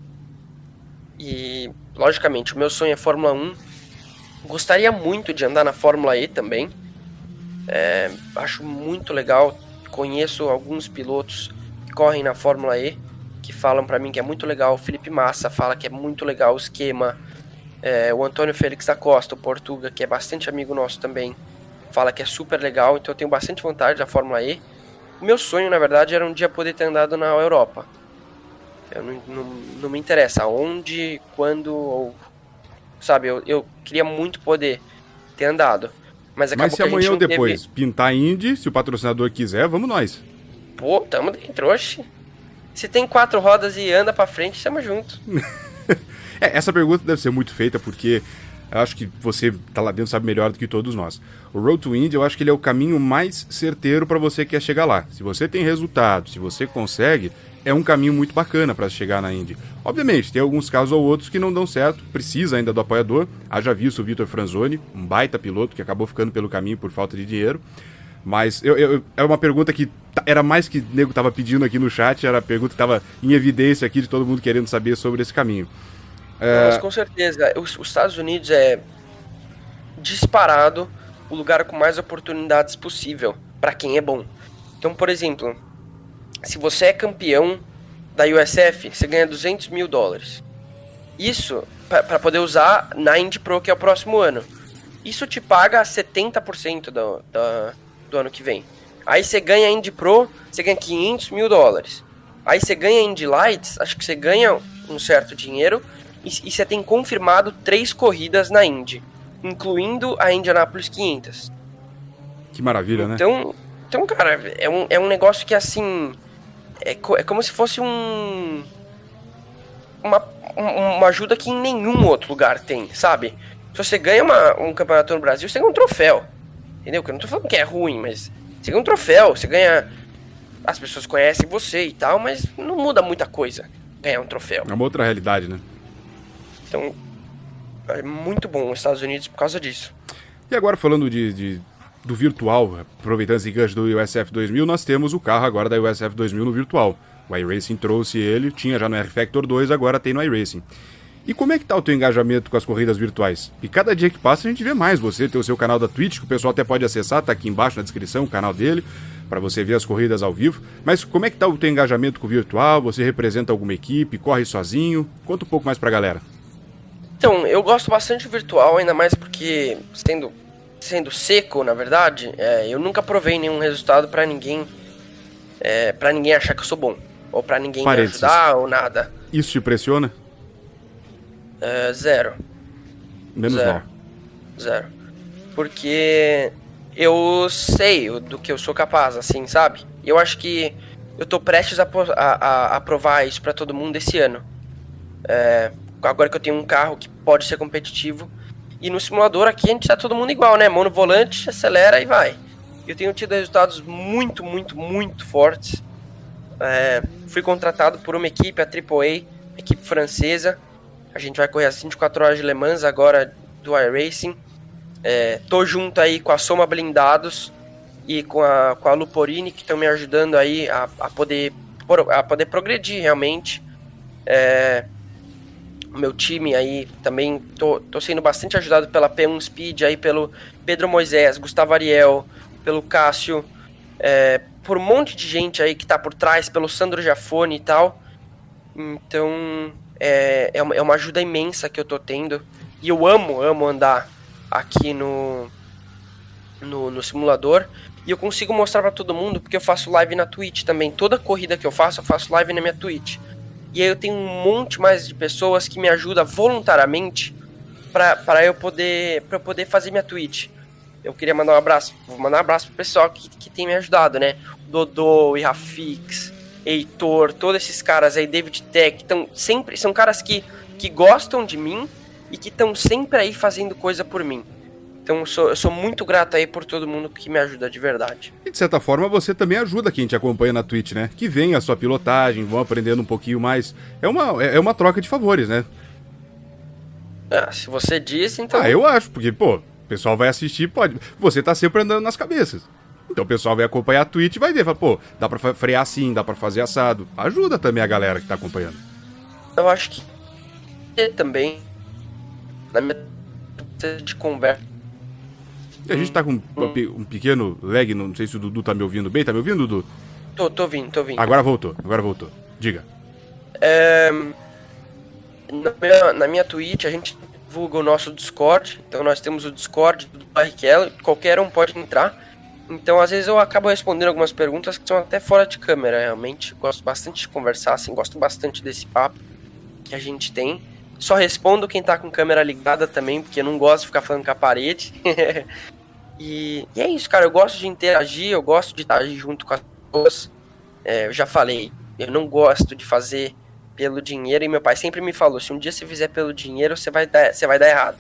E, logicamente, o meu sonho é Fórmula um. Gostaria muito de andar na Fórmula E também. É, acho muito legal. Conheço alguns pilotos que correm na Fórmula E que falam pra mim que é muito legal. O Felipe Massa fala que é muito legal o esquema. É, o Antônio Félix da Costa, o Portuga, que é bastante amigo nosso também, fala que é super legal. Então eu tenho bastante vontade da Fórmula E. O meu sonho, na verdade, era um dia poder ter andado na Europa. Eu não, não, não me interessa onde, quando, ou, sabe, eu, eu queria muito poder ter andado. Mas, Mas se amanhã ou depois teve... pintar Indy, se o patrocinador quiser, vamos nós. Pô, tamo dentro, oxe. Se tem quatro rodas e anda pra frente, tamo junto. É, essa pergunta deve ser muito feita porque eu acho que você tá lá dentro, sabe melhor do que todos nós. O Road to Indy, eu acho que ele é o caminho mais certeiro para você que quer chegar lá. Se você tem resultado, se você consegue, é um caminho muito bacana para chegar na Indy. Obviamente, tem alguns casos ou outros que não dão certo, precisa ainda do apoiador. Haja visto o Vitor Franzoni, um baita piloto que acabou ficando pelo caminho por falta de dinheiro. Mas eu, eu, é uma pergunta que era mais que o nego tava pedindo aqui no chat, era a pergunta que estava em evidência aqui de todo mundo querendo saber sobre esse caminho. É... Mas com certeza, os, os Estados Unidos é disparado o lugar com mais oportunidades possível para quem é bom. Então, por exemplo, se você é campeão da U S F, você ganha duzentos mil dólares. Isso para poder usar na Indy Pro, que é o próximo ano. Isso te paga setenta por cento do, do, do ano que vem. Aí você ganha Indy Pro, você ganha quinhentos mil dólares. Aí você ganha Indy Lights, acho que você ganha um certo dinheiro. E, e você tem confirmado três corridas na Indy, incluindo a Indianapolis quinhentos. Que maravilha, então, né? Então, cara, é um, é um negócio que, assim, é, co- é como se fosse um uma, um- uma ajuda que em nenhum outro lugar tem, sabe? Se você ganha uma- um campeonato no Brasil, você ganha um troféu, entendeu? Que eu não tô falando que é ruim, mas você ganha um troféu, você ganha... As pessoas conhecem você e tal, mas não muda muita coisa ganhar um troféu. É uma outra realidade, né? Então, é muito bom os Estados Unidos por causa disso. E agora falando de, de- do virtual, aproveitando esse gancho do U S F dois mil, nós temos o carro agora da U S F dois mil no virtual. O iRacing trouxe ele, tinha já no R-Factor dois, agora tem no iRacing. E como é que tá o teu engajamento com as corridas virtuais? E cada dia que passa a gente vê mais você, tem o seu canal da Twitch, que o pessoal até pode acessar, tá aqui embaixo na descrição o canal dele, para você ver as corridas ao vivo. Mas como é que tá o teu engajamento com o virtual? Você representa alguma equipe, corre sozinho? Conta um pouco mais pra galera. Então, eu gosto bastante do virtual, ainda mais porque, sendo, sendo seco, na verdade, é, eu nunca provei nenhum resultado pra ninguém, é, para ninguém achar que eu sou bom, ou pra ninguém me Parênteses. ajudar, ou nada. Isso te pressiona? É, zero. Menos Zero. mal. Zero. Porque eu sei o- do que eu sou capaz, assim, sabe? E eu acho que eu tô prestes a, po- a, a, a provar isso pra todo mundo esse ano. É, agora que eu tenho um carro que pode ser competitivo. E no simulador aqui a gente tá todo mundo igual, né? Mão no volante, acelera e vai. Eu tenho tido resultados muito, muito, muito fortes. É, fui contratado por uma equipe, a Triple A, equipe francesa. A gente vai correr as vinte e quatro horas de Le Mans agora do iRacing. É, tô junto aí com a Soma Blindados e com a, com a Luporini, que estão me ajudando aí a, a, poder, a poder progredir realmente. É, o meu time aí também, tô, tô sendo bastante ajudado pela P um Speed, aí pelo Pedro Moisés, Gustavo Ariel, pelo Cássio, é, por um monte de gente aí que tá por trás, pelo Sandro Giafone e tal. Então é, é, uma, é uma ajuda imensa que eu tô tendo. E eu amo, amo andar aqui no, no, no simulador. E eu consigo mostrar pra todo mundo, porque eu faço live na Twitch também. Toda corrida que eu faço, eu faço live na minha Twitch. E aí eu tenho um monte mais de pessoas que me ajudam voluntariamente pra, pra, eu, poder, pra eu poder fazer minha Twitch. Eu queria mandar um abraço. Vou mandar um abraço pro pessoal que, que tem me ajudado, né? Dodô, Irrafix, Heitor, todos esses caras aí, David Tech, tão sempre, são caras que, que gostam de mim e que estão sempre aí fazendo coisa por mim. Então eu sou, eu sou muito grato aí por todo mundo que me ajuda de verdade. E de certa forma você também ajuda quem te acompanha na Twitch, né? Que vem a sua pilotagem, vão aprendendo um pouquinho mais. É uma, é uma troca de favores, né? Ah, se você disse, então... Ah, eu acho, porque, pô, o pessoal vai assistir, pode... Você tá sempre andando nas cabeças. Então o pessoal vai acompanhar a Twitch e vai ver, fala, pô, dá pra frear assim, dá pra fazer assado. Ajuda também a galera que tá acompanhando. Eu acho que também, na minha de conversa... A gente tá com um, um pequeno lag, não sei se o Dudu tá me ouvindo bem. Tá me ouvindo, Dudu? Tô, tô ouvindo, tô ouvindo. Agora voltou, agora voltou. Diga. É, na, minha, na minha Twitch a gente divulga o nosso Discord. Então nós temos o Discord do Barrichello, qualquer um pode entrar. Então às vezes eu acabo respondendo algumas perguntas que são até fora de câmera, realmente. Gosto bastante de conversar, assim, gosto bastante desse papo que a gente tem. Só respondo quem tá com câmera ligada também, porque eu não gosto de ficar falando com a parede. e, e é isso, cara. Eu gosto de interagir, eu gosto de estar junto com as pessoas. É, eu já falei, eu não gosto de fazer pelo dinheiro. E meu pai sempre me falou, se um dia você fizer pelo dinheiro, você vai dar, você vai dar errado.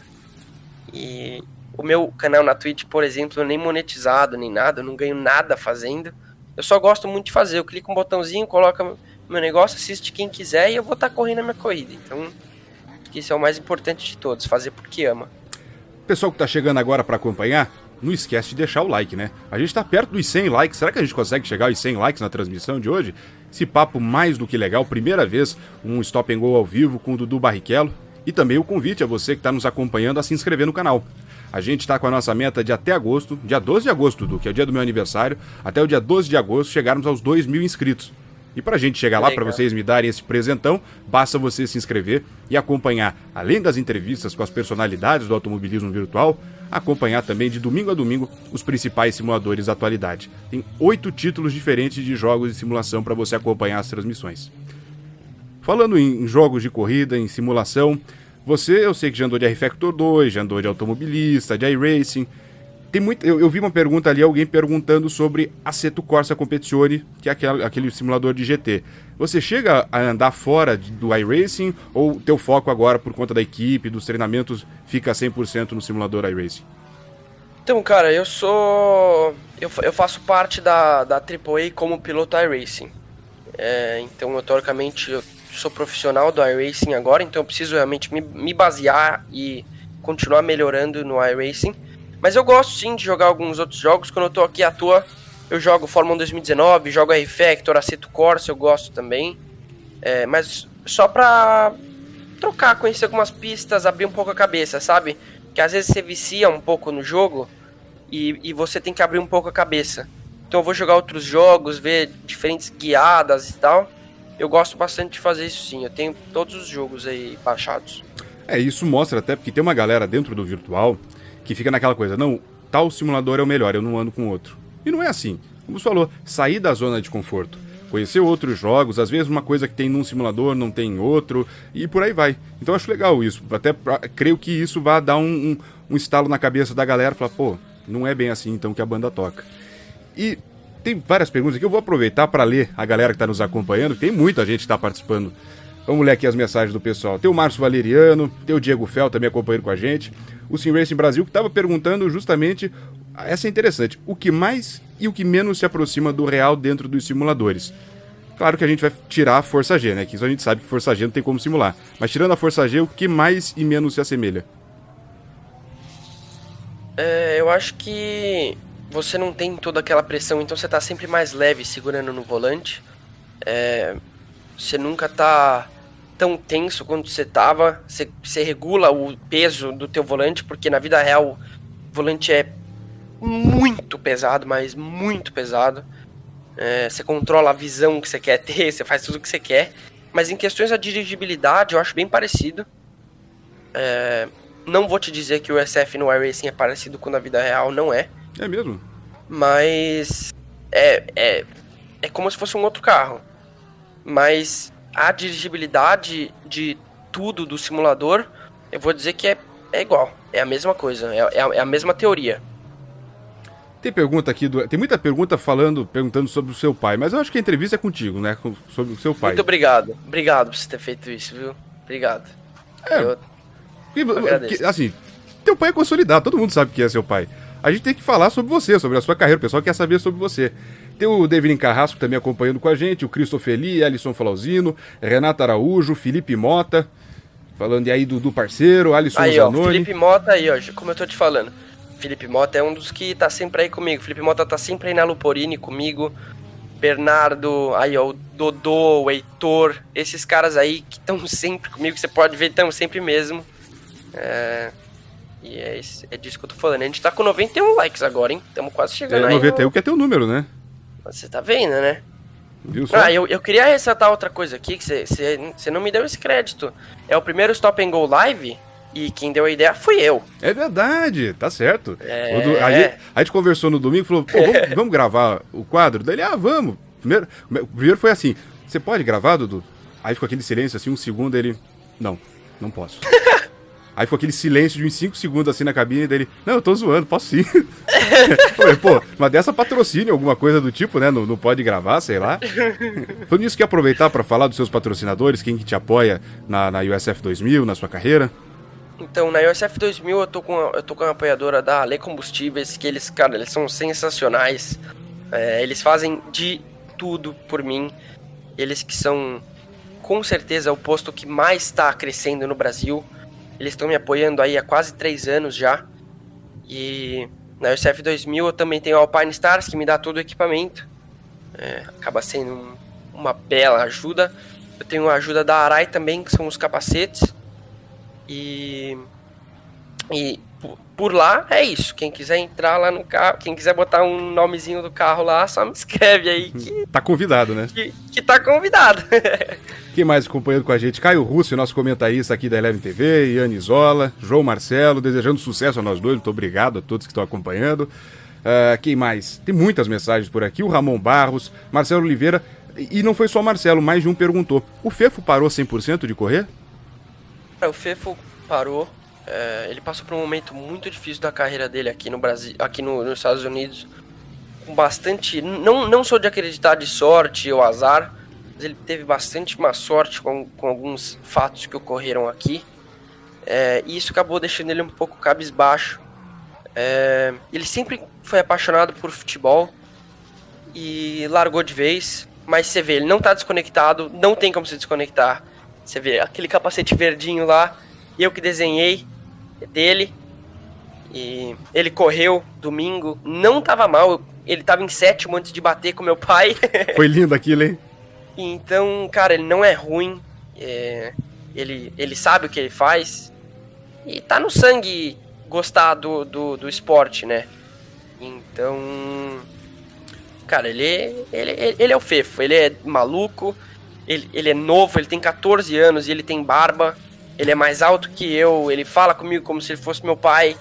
E o meu canal na Twitch, por exemplo, nem monetizado, nem nada. Eu não ganho nada fazendo. Eu só gosto muito de fazer. Eu clico um botãozinho, coloco meu negócio, assiste quem quiser e eu vou estar correndo a minha corrida. Então... isso é o mais importante de todos, fazer porque ama. Pessoal que tá chegando agora pra acompanhar, não esquece de deixar o like, né? A gente tá perto dos cem likes, será que a gente consegue chegar aos cem likes na transmissão de hoje? Esse papo mais do que legal, primeira vez um Stop and Go ao vivo com o Dudu Barrichello. E também o convite a você que tá nos acompanhando a se inscrever no canal. A gente tá com a nossa meta de até agosto, dia doze de agosto, Dudu, que é o dia do meu aniversário, até o dia doze de agosto chegarmos aos dois mil inscritos. E pra gente chegar lá, pra vocês me darem esse presentão, basta você se inscrever e acompanhar, além das entrevistas com as personalidades do automobilismo virtual, acompanhar também de domingo a domingo os principais simuladores da atualidade. Tem oito títulos diferentes de jogos de simulação para você acompanhar as transmissões. Falando em jogos de corrida, em simulação, você, eu sei que já andou de R-Factor dois, já andou de automobilista, de iRacing... Tem muito, eu, eu vi uma pergunta ali, alguém perguntando sobre Assetto Corsa Competizione, que é aquele, aquele simulador de G T. Você chega a andar fora do iRacing ou teu foco agora, por conta da equipe, dos treinamentos, fica cem por cento no simulador iRacing? Então, cara, eu sou... Eu, eu faço parte da, da triplo A como piloto iRacing. É, então, eu, teoricamente, eu sou profissional do iRacing agora, então eu preciso realmente me, me basear e continuar melhorando no iRacing. Mas eu gosto sim de jogar alguns outros jogos. Quando eu tô aqui à toa, eu jogo Fórmula um dois mil e dezenove, jogo R-Factor, Assetto Corsa, eu gosto também. É, mas só pra trocar, conhecer algumas pistas, abrir um pouco a cabeça, sabe? Que às vezes você vicia um pouco no jogo e, e você tem que abrir um pouco a cabeça. Então eu vou jogar outros jogos, ver diferentes guiadas e tal. Eu gosto bastante de fazer isso sim, eu tenho todos os jogos aí baixados. É, isso mostra até porque tem uma galera dentro do virtual... que fica naquela coisa, não, tal simulador é o melhor, eu não ando com outro. E não é assim. Como você falou, sair da zona de conforto. Conhecer outros jogos, às vezes uma coisa que tem num simulador não tem em outro, e por aí vai. Então eu acho legal isso. Até pra, creio que isso vai dar um, um, um estalo na cabeça da galera, falar, pô, não é bem assim então que a banda toca. E tem várias perguntas aqui, eu vou aproveitar para ler a galera que está nos acompanhando, tem muita gente que está participando. Vamos ler aqui as mensagens do pessoal. Tem o Márcio Valeriano, tem o Diego Fel também acompanhando com a gente. O Sim Racing Brasil que estava perguntando justamente, essa é interessante, o que mais e o que menos se aproxima do real dentro dos simuladores. Claro que a gente vai tirar a força G, né? Que isso a gente sabe que força G não tem como simular. Mas tirando a força G, o que mais e menos se assemelha? É, eu acho que você não tem toda aquela pressão, então você tá sempre mais leve segurando no volante. É, você nunca tá tão tenso quanto você tava. Você, você regula o peso do teu volante, porque na vida real o volante é muito pesado, mas muito pesado. É, você controla a visão que você quer ter, você faz tudo o que você quer. Mas em questões da dirigibilidade, eu acho bem parecido. É, não vou te dizer que o S F no iRacing é parecido com na vida real, não é. É mesmo? Mas é, é, é como se fosse um outro carro. Mas a dirigibilidade de tudo do simulador, eu vou dizer que é, é igual. É a mesma coisa, é, é, a, é a mesma teoria. Tem pergunta aqui, do, tem muita pergunta falando, perguntando sobre o seu pai, mas eu acho que a entrevista é contigo, né? Sobre o seu pai. Muito obrigado. Obrigado por você ter feito isso, viu? Obrigado. É, eu, eu agradeço. Assim, teu pai é consolidado, todo mundo sabe que é seu pai. A gente tem que falar sobre você, sobre a sua carreira, o pessoal quer saber sobre você. Tem o David Carrasco também acompanhando com a gente, o Christopher Lee, Alisson Flauzino, Renata Araújo, Felipe Mota, falando aí do, do parceiro, Alisson aí, Zanoni. Ó, Felipe Mota aí, ó, como eu tô te falando. Felipe Mota é um dos que tá sempre aí comigo. Felipe Mota tá sempre aí na Luporini comigo. Bernardo, aí ó, o Dodô, o Heitor, esses caras aí que estão sempre comigo, você pode ver, estão sempre mesmo. É... E é, isso, é disso que eu tô falando. A gente tá com noventa e um likes agora, hein? Estamos quase chegando é, aí. noventa e um no... que é teu número, né? Você tá vendo, né? Viu só? Ah, eu, eu queria ressaltar outra coisa aqui, que você, você, você não me deu esse crédito. É o primeiro Stop and Go Live... E quem deu a ideia fui eu. É verdade, tá certo. É... Do, a, gente, a gente conversou no domingo e falou, pô, vamos, vamos gravar o quadro? Daí ele, ah, vamos. Primeiro, primeiro foi assim, você pode gravar, Dudu? Aí ficou aquele silêncio assim, um segundo, ele, não, não posso. Aí ficou aquele silêncio de uns cinco segundos assim na cabine, dele, não, eu tô zoando, posso sim. Falei, pô, mas dessa patrocínio, alguma coisa do tipo, né, não, não pode gravar, sei lá. Foi nisso que aproveitar para falar dos seus patrocinadores, quem que te apoia na, na U S F dois mil, na sua carreira. Então, na U S F dois mil eu tô com a, eu tô com a apoiadora da Ale Combustíveis, que eles, cara, eles são sensacionais. É, eles fazem de tudo por mim. Eles que são, com certeza, o posto que mais está crescendo no Brasil. Eles estão me apoiando aí há quase três anos já. E na U S F dois mil eu também tenho a Alpine Stars, que me dá todo o equipamento. É, acaba sendo um, uma bela ajuda. Eu tenho a ajuda da Arai também, que são os capacetes. E, e por lá é isso. Quem quiser entrar lá no carro, quem quiser botar um nomezinho do carro lá, só me escreve aí que tá convidado, né? Que, que tá convidado. Quem mais acompanhando com a gente? Caio Russo, nosso comentarista aqui da Eleven T V, Iane Isola, João Marcelo, desejando sucesso a nós dois. Muito obrigado a todos que estão acompanhando. Uh, quem mais? Tem muitas mensagens por aqui. O Ramon Barros, Marcelo Oliveira. E não foi só o Marcelo, mais de um perguntou: o Fefo parou cem por cento de correr? O Fefo parou, é, ele passou por um momento muito difícil da carreira dele aqui no Brasil, aqui no, nos Estados Unidos, com bastante, não, não sou de acreditar de sorte ou azar, mas ele teve bastante má sorte com, com alguns fatos que ocorreram aqui, é, e isso acabou deixando ele um pouco cabisbaixo. É, ele sempre foi apaixonado por futebol e largou de vez, mas você vê, ele não tá desconectado, não tem como se desconectar. Você vê aquele capacete verdinho lá, eu que desenhei dele. E ele correu domingo, não tava mal, ele tava em sétimo antes de bater com meu pai. Foi lindo aquilo, hein? Então, cara, ele não é ruim, é, ele, ele sabe o que ele faz. E tá no sangue gostar do, do, do esporte, né? Então, cara, ele, ele, ele é o Fefo, ele é maluco. Ele, ele é novo, ele tem catorze anos e ele tem barba. Ele é mais alto que eu, ele fala comigo como se ele fosse meu pai.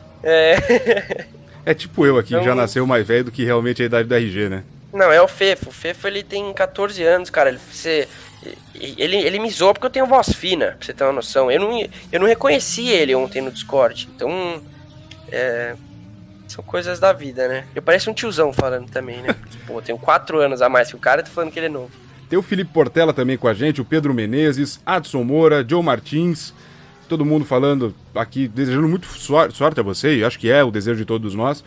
É, é tipo eu aqui, então... que já nasceu mais velho do que realmente a idade do R G, né? Não, é o Fefo. O Fefo, ele tem catorze anos, cara. Ele, você, ele, ele me zoou porque eu tenho voz fina, pra você ter uma noção. Eu não, eu não reconheci ele ontem no Discord. Então, é, são coisas da vida, né? Eu pareço um tiozão falando também, né? Porque, pô, eu tenho quatro anos a mais que o cara e tô falando que ele é novo. Tem o Felipe Portela também com a gente, o Pedro Menezes, Adson Moura, Joe Martins, todo mundo falando aqui, desejando muito sorte a você, e acho que é o desejo de todos nós,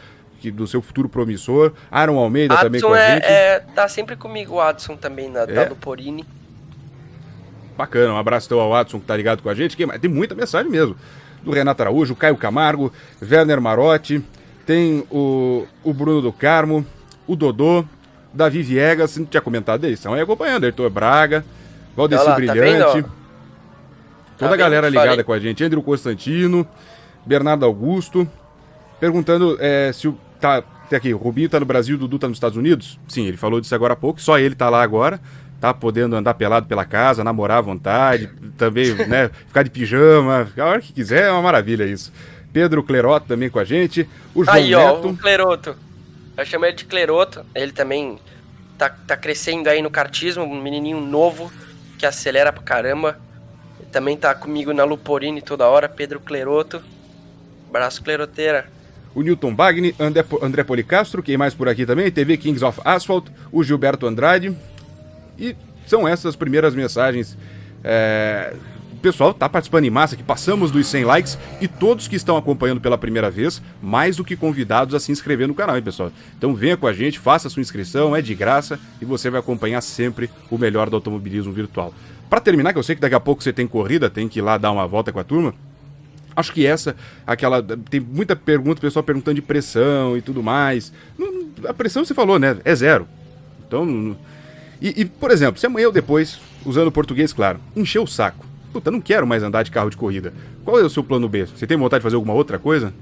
que, do seu futuro promissor. Aaron Almeida Adson também com a é, gente. É, tá sempre comigo o Adson também, na, É? da Luporini. Bacana, um abraço então ao Watson que tá ligado com a gente. Quem mais? Tem muita mensagem mesmo. Do Renato Araújo, Caio Camargo, Werner Marotti, tem o, o Bruno do Carmo, o Dodô, Davi Viegas, não tinha comentado deles, estão aí acompanhando, Heitor Braga, Valdeci lá, Brilhante, tá vendo, toda Tá a galera vendo? ligada Falei. com a gente, Andrew Constantino, Bernardo Augusto, perguntando é, se o... Tá, tem aqui, o Rubinho tá no Brasil, o Dudu tá nos Estados Unidos? Sim, ele falou disso agora há pouco, só ele tá lá agora. Tá podendo andar pelado pela casa, namorar à vontade, também, né, ficar de pijama, a hora que quiser, é uma maravilha isso. Pedro Cleroto também com a gente, o João Aí, Neto. ó, o Cleroto. Eu chamo ele de Cleroto. Ele também tá, tá crescendo aí no kartismo, um menininho novo que acelera pra caramba. Ele também tá comigo na Luporini toda hora, Pedro Cleroto. Abraço, Cleroteira. O Newton Bagni, André, André Policastro, quem mais por aqui também? T V Kings of Asphalt, o Gilberto Andrade. E são essas as primeiras mensagens. É... O pessoal tá participando em massa, que passamos dos cem likes. E todos que estão acompanhando pela primeira vez, mais do que convidados a se inscrever no canal, hein, pessoal? Então venha com a gente, faça a sua inscrição, é de graça. E você vai acompanhar sempre o melhor do automobilismo virtual. Para terminar, que eu sei que daqui a pouco você tem corrida, tem que ir lá dar uma volta com a turma. Acho que essa, aquela... Tem muita pergunta, o pessoal perguntando de pressão e tudo mais. A pressão, você falou, né? É zero. Então... E, e, por exemplo, se amanhã ou depois, usando o português, claro, encher o saco. Puta, não quero mais andar de carro de corrida. Qual é o seu plano B? Você tem vontade de fazer alguma outra coisa?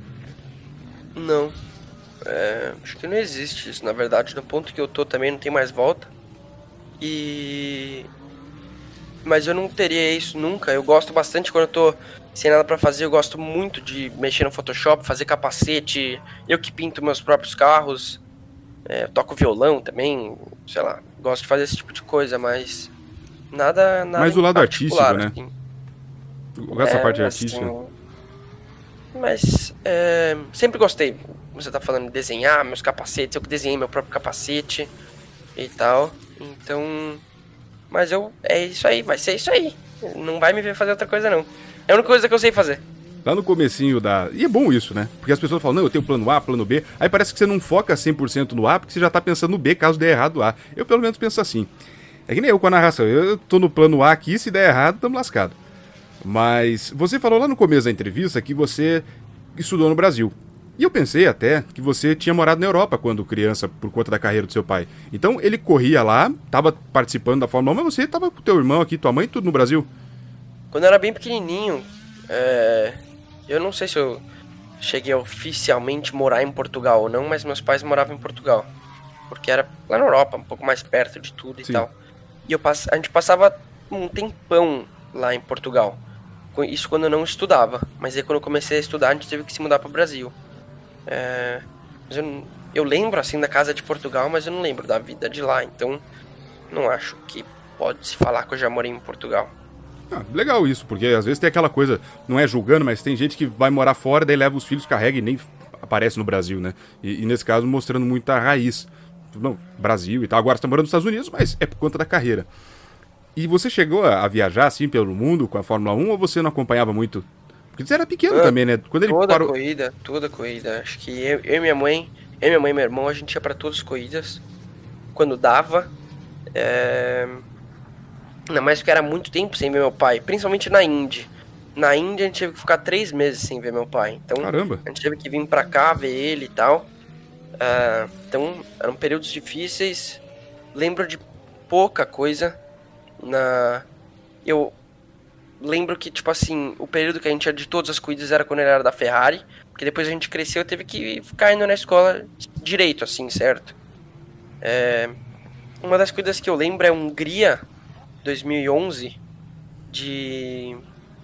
Não. É, acho que não existe isso. Na verdade, no ponto que eu tô também não tem mais volta. E... Mas eu não teria isso nunca. Eu gosto bastante quando eu tô sem nada pra fazer. Eu gosto muito de mexer no Photoshop, fazer capacete. Eu que pinto meus próprios carros. É, toco violão também, sei lá, gosto de fazer esse tipo de coisa, mas nada, nada Mas o lado artístico, né? Assim. Essa É, parte assim, artística. Mas é, sempre gostei. Você tá falando de desenhar meus capacetes, eu que desenhei meu próprio capacete e tal. Então, mas eu é isso aí, vai ser isso aí. Não vai me ver fazer outra coisa não. É a única coisa que eu sei fazer. Lá no comecinho da... E é bom isso, né? Porque as pessoas falam, não, eu tenho plano A, plano B. Aí parece que você não foca cem por cento no A, porque você já tá pensando no B, caso dê errado o A. Eu pelo menos penso assim. É que nem eu com a narração. Eu tô no plano A aqui, se der errado, tamo lascado. Mas você falou lá no começo da entrevista que você estudou no Brasil. E eu pensei até que você tinha morado na Europa quando criança, por conta da carreira do seu pai. Então ele corria lá, tava participando da Fórmula um, mas você tava com teu irmão aqui, tua mãe, tudo no Brasil. Quando eu era bem pequenininho, é... eu não sei se eu cheguei a oficialmente morar em Portugal ou não, mas meus pais moravam em Portugal. Porque era lá na Europa, um pouco mais perto de tudo e Sim. tal. E eu pass... a gente passava um tempão lá em Portugal. Isso quando eu não estudava. Mas aí quando eu comecei a estudar, a gente teve que se mudar para o Brasil. É... Mas eu, eu lembro assim da casa de Portugal, mas eu não lembro da vida de lá. Então não acho que pode se falar que eu já morei em Portugal. Ah, legal isso, porque às vezes tem aquela coisa, não é julgando, mas tem gente que vai morar fora, daí leva os filhos, carrega e nem aparece no Brasil, né? E, e nesse caso mostrando muita raiz. Não, Brasil e tal. Agora você tá morando nos Estados Unidos, mas é por conta da carreira. E você chegou a, a viajar assim pelo mundo com a Fórmula um ou você não acompanhava muito? Porque você era pequeno ah, também, né? Quando ele toda parou... corrida, toda corrida. Acho que eu, eu e minha mãe, eu, minha mãe e meu irmão, a gente ia pra todas as corridas. Quando dava. É... Ainda mais que era muito tempo sem ver meu pai, principalmente na Indy. Na Indy a gente teve que ficar três meses sem ver meu pai. Então Caramba. A gente teve que vir pra cá ver ele e tal. Uh, então eram períodos difíceis. Lembro de pouca coisa. Na... Eu lembro que, tipo assim, o período que a gente ia de todas as corridas era quando ele era da Ferrari. Porque depois a gente cresceu e teve que ficar indo na escola direito, assim, certo? É... Uma das corridas que eu lembro é Hungria dois mil e onze de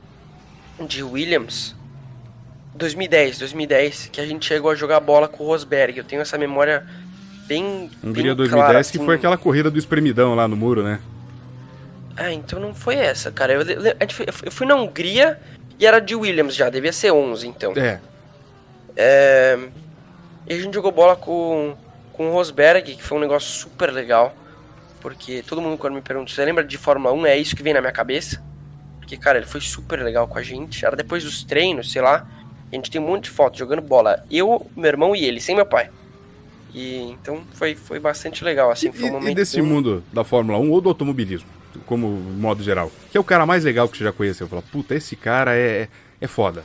de Williams. dois mil e dez, dois mil e dez, que a gente chegou a jogar bola com o Rosberg. Eu tenho essa memória bem Hungria bem dois mil e dez, clara, que assim. foi aquela corrida do espremidão lá no muro, né? Ah, então não foi essa, cara. Eu, eu, eu fui na Hungria e era de Williams já, devia ser onze, então. É. É... E a gente jogou bola com, com o Rosberg, que foi um negócio super legal. Porque todo mundo quando me pergunta, você lembra de Fórmula um? É isso que vem na minha cabeça. Porque, cara, ele foi super legal com a gente. Era depois dos treinos, sei lá. A gente tem um monte de fotos jogando bola. Eu, meu irmão e ele, sem meu pai. E então foi, foi bastante legal, assim. E, foi um momento e desse bem... mundo da Fórmula um ou do automobilismo, como modo geral, que é o cara mais legal que você já conheceu? Fala, puta, esse cara é, é foda.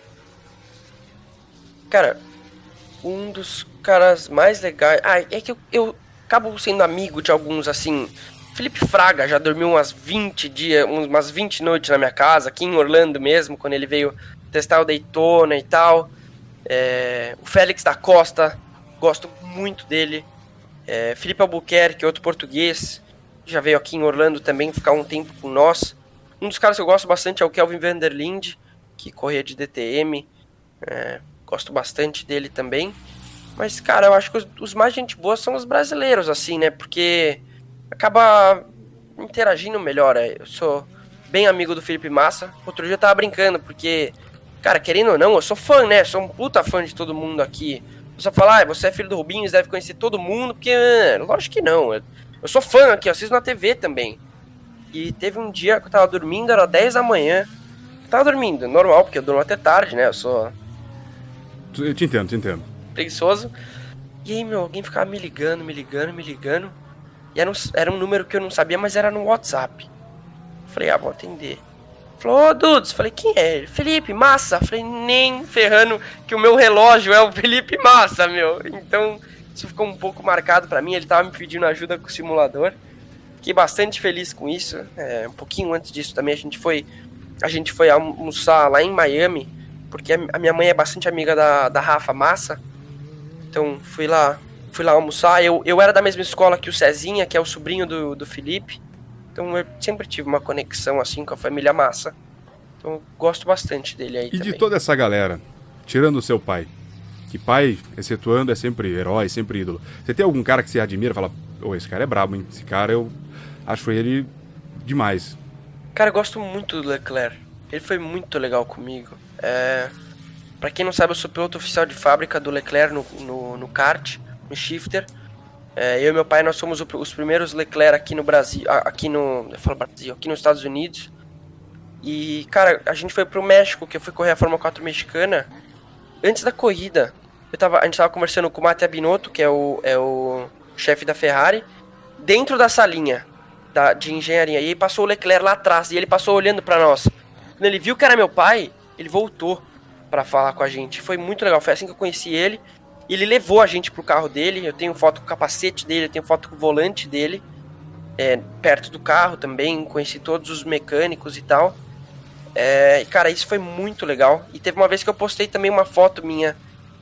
Cara, um dos caras mais legais... Ah, é que eu, eu acabo sendo amigo de alguns, assim... Felipe Fraga já dormiu umas vinte dias, umas vinte noites na minha casa, aqui em Orlando mesmo, quando ele veio testar o Daytona e tal. É, o Félix da Costa, gosto muito dele. É, Felipe Albuquerque, outro português, já veio aqui em Orlando também ficar um tempo com nós. Um dos caras que eu gosto bastante é o Kelvin Vanderlinde, que corria de D T M. É, gosto bastante dele também. Mas, cara, eu acho que os, os mais gente boa são os brasileiros, assim, né? Porque... acaba interagindo melhor. Eu sou bem amigo do Felipe Massa. Outro dia eu tava brincando, porque, cara, querendo ou não, eu sou fã, né? Sou um puta fã de todo mundo aqui. Você fala, ah, você é filho do Rubinho, você deve conhecer todo mundo, porque, lógico que não. Eu, eu sou fã aqui, eu assisto na T V também. E teve um dia que eu tava dormindo, era dez da manhã. Eu tava dormindo, normal, porque eu durmo até tarde, né? Eu sou... Eu te entendo, te entendo. Preguiçoso. E aí, meu, alguém ficava me ligando, me ligando, me ligando. E era um, era um número que eu não sabia, mas era no WhatsApp. Falei, ah, vou atender. Falou, ô, Dudes. Falei, quem é ele? Felipe Massa. Falei, nem ferrando que o meu relógio é o Felipe Massa, meu. Então, isso ficou um pouco marcado pra mim. Ele tava me pedindo ajuda com o simulador. Fiquei bastante feliz com isso. É, um pouquinho antes disso também, a gente foi, a gente foi almoçar lá em Miami, porque a minha mãe é bastante amiga da, da Rafa Massa. Então, fui lá... Fui lá almoçar, eu, eu era da mesma escola que o Cezinha, que é o sobrinho do, do Felipe. Então eu sempre tive uma conexão assim com a família Massa. Então eu gosto bastante dele aí e também. E de toda essa galera, tirando o seu pai, que pai, excetuando, é sempre herói, sempre ídolo. Você tem algum cara que você admira e fala, ô, esse cara é brabo, hein? Esse cara eu acho ele demais. Cara, eu gosto muito do Leclerc. Ele foi muito legal comigo. É... Pra quem não sabe, eu sou piloto oficial de fábrica do Leclerc no, no, no kart. No shifter, é, eu e meu pai, nós somos o, os primeiros Leclerc aqui no Brasil, aqui no, eu falo Brasil, aqui nos Estados Unidos. E, cara, a gente foi pro México, que eu fui correr a Fórmula quatro mexicana. Antes da corrida, eu tava, a gente tava conversando com o Mattia Binotto, que é o, é o chefe da Ferrari, dentro da salinha da, de engenharia. E aí passou o Leclerc lá atrás, e ele passou olhando pra nós. Quando ele viu que era meu pai, ele voltou pra falar com a gente. Foi muito legal, foi assim que eu conheci ele. E ele levou a gente pro carro dele. Eu tenho foto com o capacete dele, eu tenho foto com o volante dele, é, perto do carro também. Conheci todos os mecânicos e tal. É, cara, isso foi muito legal. E teve uma vez que eu postei também uma foto minha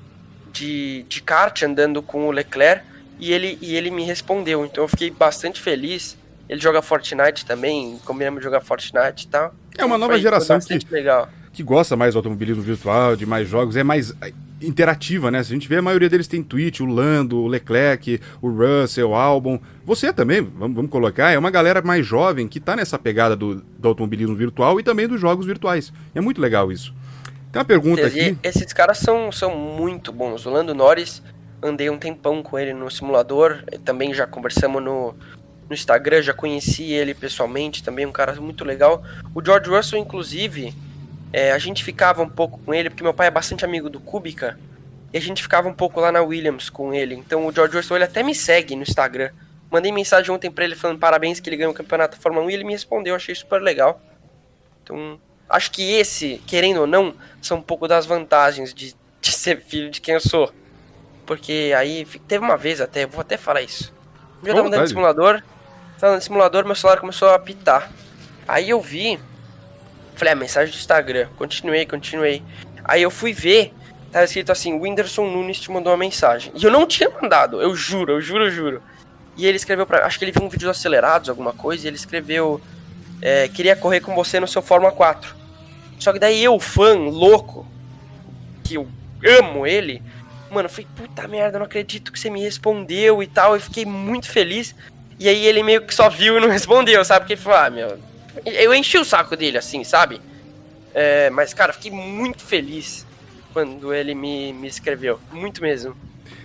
de, de kart andando com o Leclerc. E ele, e ele me respondeu. Então eu fiquei bastante feliz. Ele joga Fortnite também, combinamos de jogar Fortnite e tal. É uma nova foi, geração foi que, legal. que gosta mais do automobilismo virtual, de mais jogos, é mais interativa, né? Se a gente vê, a maioria deles tem Twitch, o Lando, o Leclerc, o Russell, o Albon. Você também, vamos, vamos colocar, é uma galera mais jovem que tá nessa pegada do, do automobilismo virtual e também dos jogos virtuais. É muito legal isso. Tem uma pergunta aqui... E esses caras são, são muito bons. O Lando Norris, andei um tempão com ele no simulador, também já conversamos no, no Instagram, já conheci ele pessoalmente, também um cara muito legal. O George Russell, inclusive... É, a gente ficava um pouco com ele, porque meu pai é bastante amigo do Kubica, e a gente ficava um pouco lá na Williams com ele. Então o George Russell, ele até me segue no Instagram. Mandei mensagem ontem pra ele falando parabéns que ele ganhou o campeonato da Fórmula um, e ele me respondeu, achei super legal. Então, acho que esse, querendo ou não, são um pouco das vantagens de, de ser filho de quem eu sou. Porque aí, teve uma vez até, eu vou até falar isso. Um dia eu tava andando no simulador, tava andando no simulador, meu celular começou a apitar. Aí eu vi... Falei, ah, mensagem do Instagram. Continuei, continuei. Aí eu fui ver, tava escrito assim, o Whindersson Nunes te mandou uma mensagem. E eu não tinha mandado, eu juro, eu juro, eu juro. E ele escreveu pra... Acho que ele viu um vídeo dos Acelerados, alguma coisa, e ele escreveu... É, queria correr com você no seu Fórmula quatro. Só que daí eu, fã, louco, que eu amo ele, mano, eu falei, puta merda, eu não acredito que você me respondeu e tal. Eu fiquei muito feliz. E aí ele meio que só viu e não respondeu, sabe? Porque ele falou, ah, meu... Eu enchi o saco dele, assim, sabe? É, mas, cara, fiquei muito feliz quando ele me, me escreveu. Muito mesmo.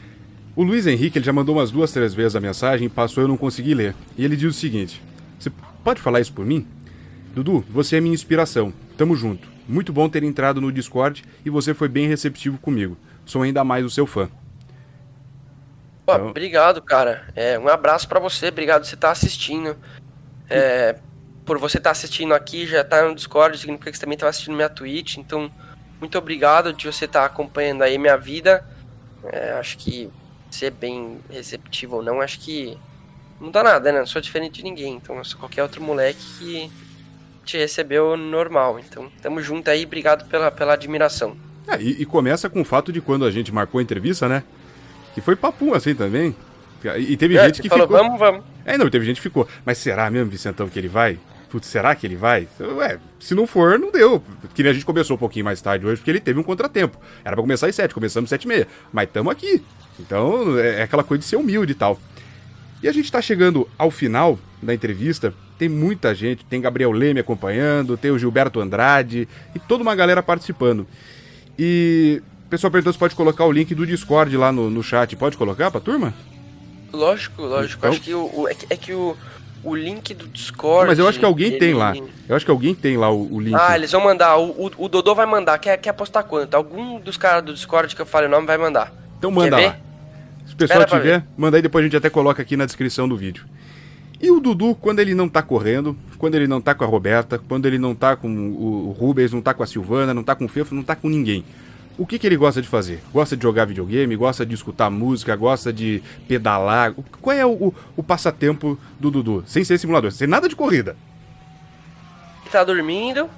O Luiz Henrique, ele já mandou umas duas, três vezes a mensagem e passou, eu não consegui ler. E ele diz o seguinte: você pode falar isso por mim? Dudu, você é minha inspiração. Tamo junto. Muito bom ter entrado no Discord e você foi bem receptivo comigo. Sou ainda mais o seu fã. Pô, então... Obrigado, cara. É, um abraço pra você. Obrigado por você estar assistindo. É, por você estar assistindo aqui, já tá no Discord, significa que você também tá assistindo minha Twitch. Então, muito obrigado de você estar acompanhando aí minha vida. É, acho que ser bem receptivo ou não, acho que não dá nada, né? Não sou diferente de ninguém. Então, eu sou qualquer outro moleque que te recebeu normal. Então, tamo junto aí. Obrigado pela, pela admiração. É, e, e começa com o fato de quando a gente marcou a entrevista, né? Que foi papum assim também. E teve é, gente que falou, ficou... vamos, vamos. É, não, teve gente que ficou. Mas será mesmo, Vicentão, que ele vai? Putz, será que ele vai? Ué, se não for, não deu. Que nem a gente começou um pouquinho mais tarde hoje, porque ele teve um contratempo. Era pra começar às sete, começamos às sete e meia. Mas tamo aqui. Então, é aquela coisa de ser humilde e tal. E a gente tá chegando ao final da entrevista. Tem muita gente. Tem Gabriel Leme acompanhando, tem o Gilberto Andrade e toda uma galera participando. E o pessoal perguntou se pode colocar o link do Discord lá no, no chat. Pode colocar pra turma? Lógico, lógico. Então... Acho que o, o, é que, é que o, o link do Discord... Mas eu acho que alguém ele... tem lá. Eu acho que alguém tem lá o, o link. Ah, eles vão mandar. O, o, o Dodô vai mandar. Quer, quer apostar quanto? Algum dos caras do Discord que eu falei o nome vai mandar. Então manda lá. Se o pessoal Espera tiver, manda aí, depois a gente até coloca aqui na descrição do vídeo. E o Dudu, quando ele não tá correndo, quando ele não tá com a Roberta, quando ele não tá com o Rubens, não tá com a Silvana, não tá com o Fefo, não tá com ninguém. O que que ele gosta de fazer? Gosta de jogar videogame? Gosta de escutar música? Gosta de pedalar? Qual é o, o, o passatempo do Dudu? Sem ser simulador, sem nada de corrida. Ele tá dormindo.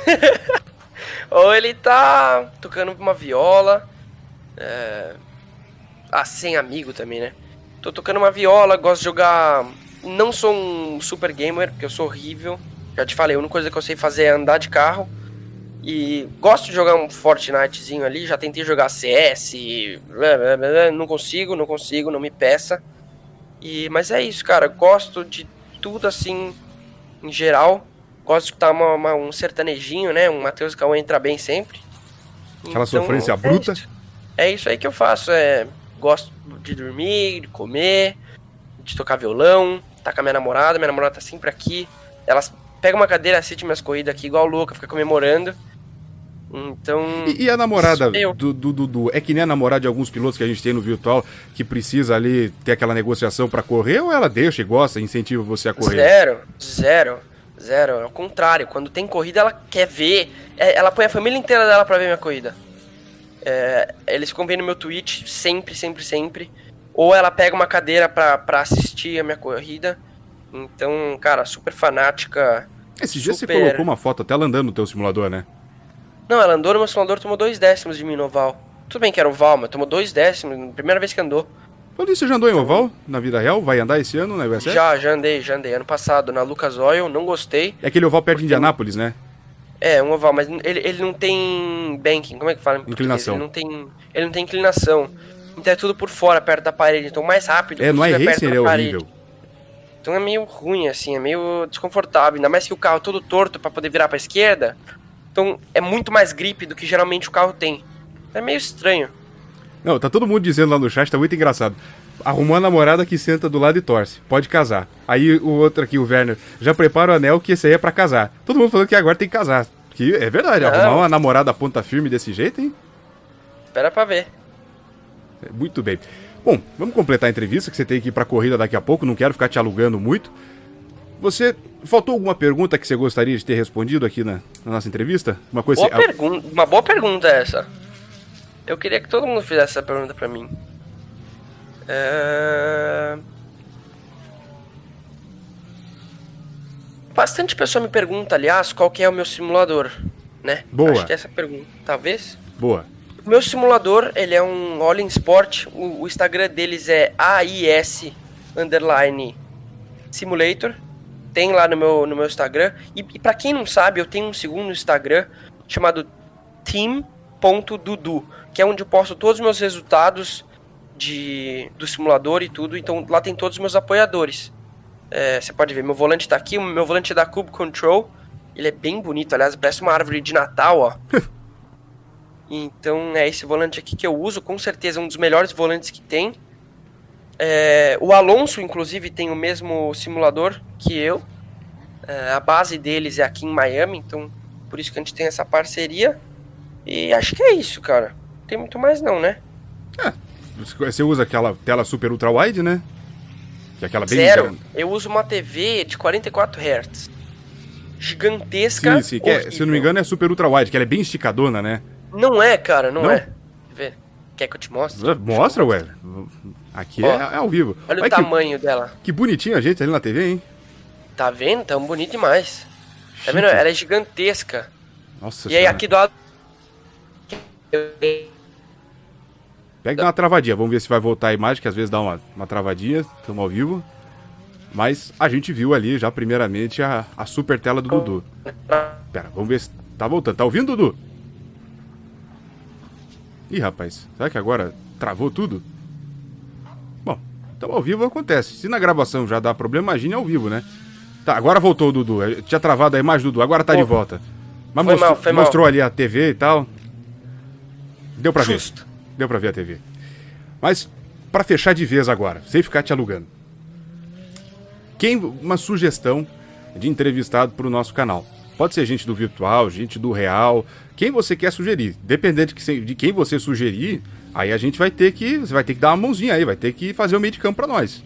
Ou ele tá tocando uma viola. É... Ah, sem amigo também, né? Tô tocando uma viola, gosto de jogar... Não sou um super gamer, porque eu sou horrível. Já te falei, a única coisa que eu sei fazer é andar de carro. E gosto de jogar um Fortnitezinho ali. Já tentei jogar C S. Não consigo, não consigo, não me peça. E, mas é isso, cara. Gosto de tudo assim, em geral. Gosto de escutar uma, uma, um sertanejinho, né? Um Matheus Cauã entra bem sempre. Aquela então, sofrência bruta. É isso. é isso aí que eu faço. É, gosto de dormir, de comer, de tocar violão. Tá com a minha namorada, minha namorada tá sempre aqui. Ela pega uma cadeira, assiste minhas corridas aqui igual louca, fica comemorando. Então... E, e a namorada do Dudu, é que nem a namorada de alguns pilotos que a gente tem no virtual, que precisa ali ter aquela negociação pra correr, ou ela deixa e gosta, incentiva você a correr? Zero, zero, zero. Ao contrário, quando tem corrida ela quer ver, ela põe a família inteira dela pra ver minha corrida. É, eles ficam vendo meu Twitch sempre, sempre, sempre. Ou ela pega uma cadeira pra, pra assistir a minha corrida. Então, cara, super fanática. Esse dia super... você colocou uma foto até ela andando no teu simulador, né? Não, ela andou no meu simulador, tomou dois décimos de mim no oval. Tudo bem que era oval, mas tomou dois décimos, primeira vez que andou. Falei, você já andou em oval, na vida real? Vai andar esse ano na U S F? Já, já andei, já andei. Ano passado, na Lucas Oil, não gostei. É aquele oval perto de Indianápolis, né? É, um oval, mas ele, ele não tem banking, como é que fala em inclinação. Ele não tem, ele não tem inclinação. Então é tudo por fora, perto da parede. Então mais rápido é, no é iRacing ele é horrível. Então é meio ruim, assim, é meio desconfortável. Ainda mais que o carro é todo torto pra poder virar pra esquerda. Então é muito mais grip do que geralmente o carro tem. É meio estranho. Não, tá todo mundo dizendo lá no chat, tá muito engraçado. Arrumou a namorada que senta do lado e torce. Pode casar. Aí o outro aqui, o Werner, já prepara o anel que esse aí é pra casar. Todo mundo falando que agora tem que casar. Que é verdade, não. Arrumar uma namorada ponta firme desse jeito, hein? Espera pra ver. Muito bem. Bom, vamos completar a entrevista, que você tem que ir pra corrida daqui a pouco, não quero ficar te alugando muito. Você... Faltou alguma pergunta que você gostaria de ter respondido aqui na, na nossa entrevista? Uma coisa boa assim... pergunta, uma boa pergunta essa. Eu queria que todo mundo fizesse essa pergunta pra mim. É... Bastante pessoa me pergunta, aliás, qual que é o meu simulador, né? Boa. Acho que é essa pergunta, talvez. Boa. O meu simulador, ele é um All in Sport. O, o Instagram deles é A I S underline Simulator. Tem lá no meu, no meu Instagram. E, e pra quem não sabe, eu tenho um segundo Instagram chamado team ponto dudu, que é onde eu posto todos os meus resultados de, do simulador e tudo. Então lá tem todos os meus apoiadores. É, você pode ver, meu volante tá aqui. O meu volante é da Cube Control. Ele é bem bonito, aliás, parece uma árvore de Natal, ó. Então é esse volante aqui que eu uso, com certeza um dos melhores volantes que tem. É, o Alonso, inclusive, tem o mesmo simulador que eu. É, a base deles é aqui em Miami, então por isso que a gente tem essa parceria. E acho que é isso, cara. Não tem muito mais não, né? É, você usa aquela tela super ultra wide, né? Que é aquela bem Zero. grande. Eu uso uma T V de quarenta e quatro hertz. Gigantesca. Sim, sim. Que é, se eu não me engano é super ultra wide, que ela é bem esticadona, né? Não é, cara, não, Não? é. Quer ver? Quer que eu te mostre? Mostra, ué. Aqui é, Ó, é ao vivo. Olha Olha o que, tamanho dela. que bonitinho a gente ali na T V, hein? Tá vendo? Tão bonito demais. Tá Chique. vendo? Ela é gigantesca. Nossa E aí senhora. aqui do lado... Pega e dá uma travadinha. Vamos ver se vai voltar a imagem, que às vezes dá uma, uma travadinha. Estamos ao vivo. Mas a gente viu ali já, primeiramente, a, a super tela do Dudu. Pera, vamos ver se tá voltando. Tá ouvindo, Dudu? Ih, rapaz, será que agora travou tudo? Bom, então ao vivo acontece. Se na gravação já dá problema, imagine ao vivo, né? Tá, agora voltou o Dudu. Eu tinha travado a imagem, Dudu. Agora tá de volta. Mas Foi mostrou, mal, foi mostrou mal. ali a T V e tal. Deu pra Justo. ver. Deu pra ver a T V. Mas, pra fechar de vez agora, sem ficar te alugando. Quem, uma sugestão de entrevistado pro nosso canal. Pode ser gente do virtual, gente do real. Quem você quer sugerir. Dependendo de, que, de quem você sugerir, aí a gente vai ter que. Você vai ter que dar uma mãozinha aí, vai ter que fazer o meio de campo pra nós.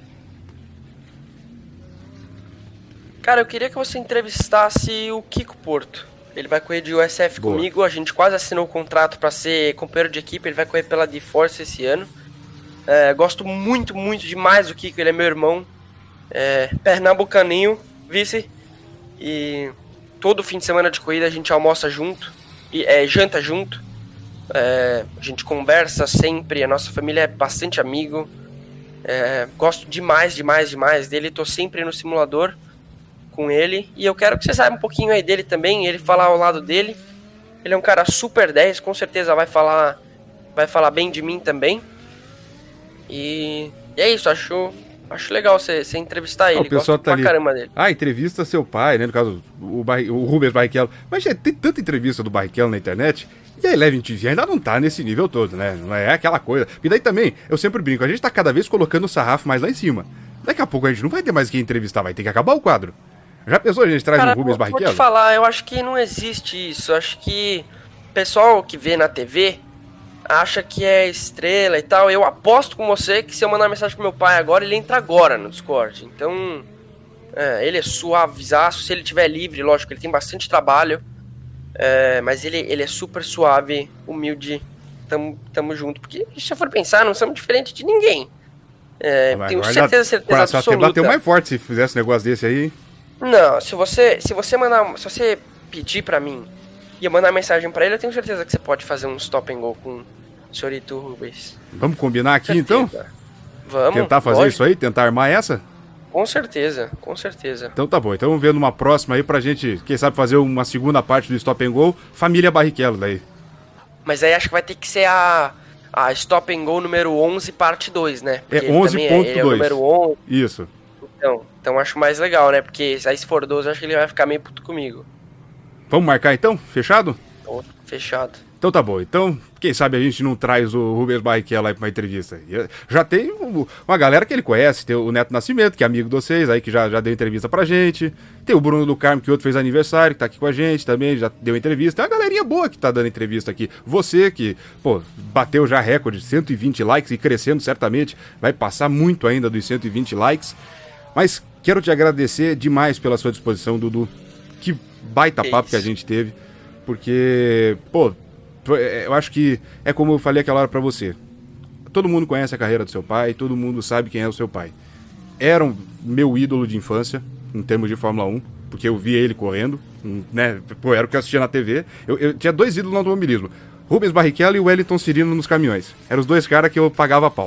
Cara, eu queria que você entrevistasse o Kiko Porto. Ele vai correr de U S F Boa. comigo, a gente quase assinou o contrato pra ser companheiro de equipe, ele vai correr pela D-Force esse ano. É, gosto muito, muito demais do Kiko, ele é meu irmão. É, pernambucaninho, vice. E todo fim de semana de corrida a gente almoça junto, e é, janta junto. É, a gente conversa sempre, a nossa família é bastante amigo. É, gosto demais, demais, demais dele, tô sempre no simulador com ele, e eu quero que você saiba um pouquinho aí dele também, ele falar ao lado dele. Ele é um cara super dez, com certeza vai falar vai falar bem de mim também. E, e é isso, acho, acho legal você, você entrevistar ele, Ah, o pessoal gosto tá pra ali. caramba dele. Ah, entrevista seu pai, né? No caso, o, Bar... o Rubens Barrichello. Mas gente, tem tanta entrevista do Barrichello na internet, e a Eleven T V ainda não tá nesse nível todo, né? Não é aquela coisa. E daí também, eu sempre brinco, a gente tá cada vez colocando o sarrafo mais lá em cima. Daqui a pouco a gente não vai ter mais quem entrevistar, vai ter que acabar o quadro. Já pensou a gente traz Cara, um Rubens vou, vou Barrichello? te falar, eu acho que não existe isso. Eu acho que o pessoal que vê na T V acha que é estrela e tal. Eu aposto com você que se eu mandar mensagem pro meu pai agora, ele entra agora no Discord. Então, é, ele é suavizaço. Se ele tiver livre, lógico, ele tem bastante trabalho. É, mas ele, ele é super suave, humilde. Tamo, tamo junto. Porque se eu for pensar, não somos diferentes de ninguém. É, Mas tenho agora certeza, dá- certeza coração até absoluta. bateu mais forte se fizesse um negócio desse aí. Não, se você, se você mandar, se você pedir pra mim e eu mandar mensagem pra ele, eu tenho certeza que você pode fazer um stop and go com o senhorito Rubens. Vamos combinar aqui Certeza. então? Vamos. Tentar fazer lógico. isso aí? Tentar armar essa? Com certeza, com certeza. Então tá bom, então vamos ver numa próxima aí pra gente, quem sabe, fazer uma segunda parte do Stop and Go, Família Barrichello daí. Mas aí acho que vai ter que ser a, a stop and go número onze, parte dois, né? É Porque ele onze também ponto ele é o dois. número onze, Isso. então, então acho mais legal, né? Porque aí se for doze, acho que ele vai ficar meio puto comigo. Vamos marcar então? Fechado? Então, fechado. Então tá bom, então quem sabe a gente não traz o Rubens Barrichello aí pra uma entrevista. E, já tem o- uma galera que ele conhece, tem o Neto Nascimento, que é amigo de vocês, aí que já, já deu entrevista pra gente. Tem o Bruno do Carmo, que outro fez aniversário, que tá aqui com a gente também, já deu entrevista. Tem uma galerinha boa que tá dando entrevista aqui. Você que, pô, bateu já recorde, cento e vinte likes e crescendo certamente, vai passar muito ainda dos cento e vinte likes. Mas quero te agradecer demais pela sua disposição, Dudu. Que baita Que papo que a isso. gente teve, porque, pô, eu acho que é como eu falei aquela hora pra você. Todo mundo conhece a carreira do seu pai, todo mundo sabe quem é o seu pai. Era um meu ídolo de infância, em termos de Fórmula um, porque eu via ele correndo, né? Pô, era o que eu assistia na T V. Eu, eu tinha dois ídolos no automobilismo: Rubens Barrichello e o Wellington Cirino nos caminhões. Eram os dois caras que eu pagava pau.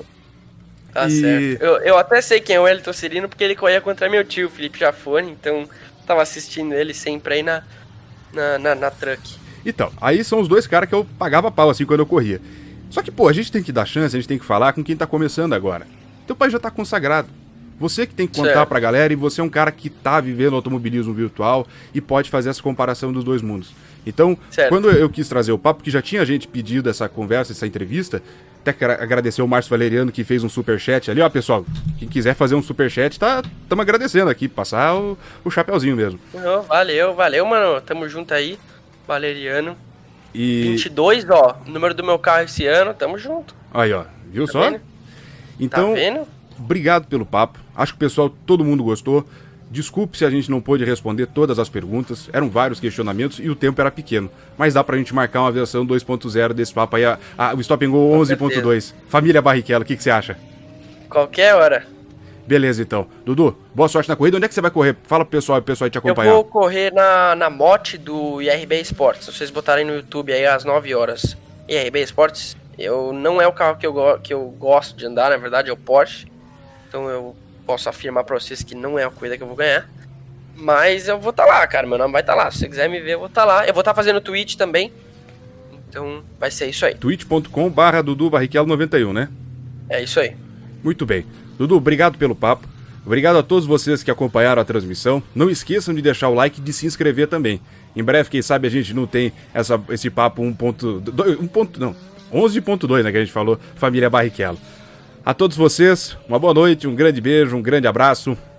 Tá E- certo. Eu, eu até sei quem é o Elton Cirino, porque ele corria contra meu tio, Felipe Jafone, então tava assistindo ele sempre aí na, na, na, na truck. Então, aí são os dois caras que eu pagava pau, assim, quando eu corria. Só que, pô, a gente tem que dar chance, a gente tem que falar com quem tá começando agora. Teu pai já tá consagrado. Você que tem que contar Certo. pra galera, e você é um cara que tá vivendo automobilismo virtual e pode fazer essa comparação dos dois mundos. Então, Certo. quando eu quis trazer o papo, que já tinha gente pedido essa conversa, essa entrevista, até quero agradecer o Márcio Valeriano que fez um superchat ali, ó, pessoal. Quem quiser fazer um superchat, tá, estamos agradecendo aqui, passar o, o chapeuzinho mesmo. Oh, valeu, valeu, mano. Tamo junto aí, Valeriano. E... vinte e dois, ó, número do meu carro esse ano, tamo junto. Aí, ó, viu tá só? Vendo? Então, tá vendo? Obrigado pelo papo. Acho que o pessoal, todo mundo gostou. Desculpe se a gente não pôde responder todas as perguntas. Eram vários questionamentos e o tempo era pequeno. Mas dá pra gente marcar uma versão dois ponto zero desse papo aí. A, a, o Stop and Go onze ponto dois. Família Barrichello, o que, que você acha? Qualquer hora. Beleza, então. Dudu, boa sorte na corrida. Onde é que você vai correr? Fala pro pessoal, pro pessoal te acompanhar. Eu vou correr na, na mote do I R B Esportes. Se vocês botarem no YouTube aí às nove horas. I R B Esportes. Eu, não é o carro que eu, que eu gosto de andar, na verdade, é o Porsche. Então eu posso afirmar pra vocês que não é a corrida que eu vou ganhar. Mas eu vou estar tá lá, cara. Meu nome vai estar tá lá. Se você quiser me ver, eu vou estar tá lá. Eu vou estar tá fazendo Twitch também. Então vai ser isso aí. twitch ponto com barra Dudu Barrichello noventa e um, né? É isso aí. Muito bem. Dudu, obrigado pelo papo. Obrigado a todos vocês que acompanharam a transmissão. Não esqueçam de deixar o like e de se inscrever também. Em breve, quem sabe, a gente não tem essa, esse papo um ponto dois, um ponto, não, onze ponto dois, né, que a gente falou, Família Barrichello. A todos vocês, uma boa noite, um grande beijo, um grande abraço.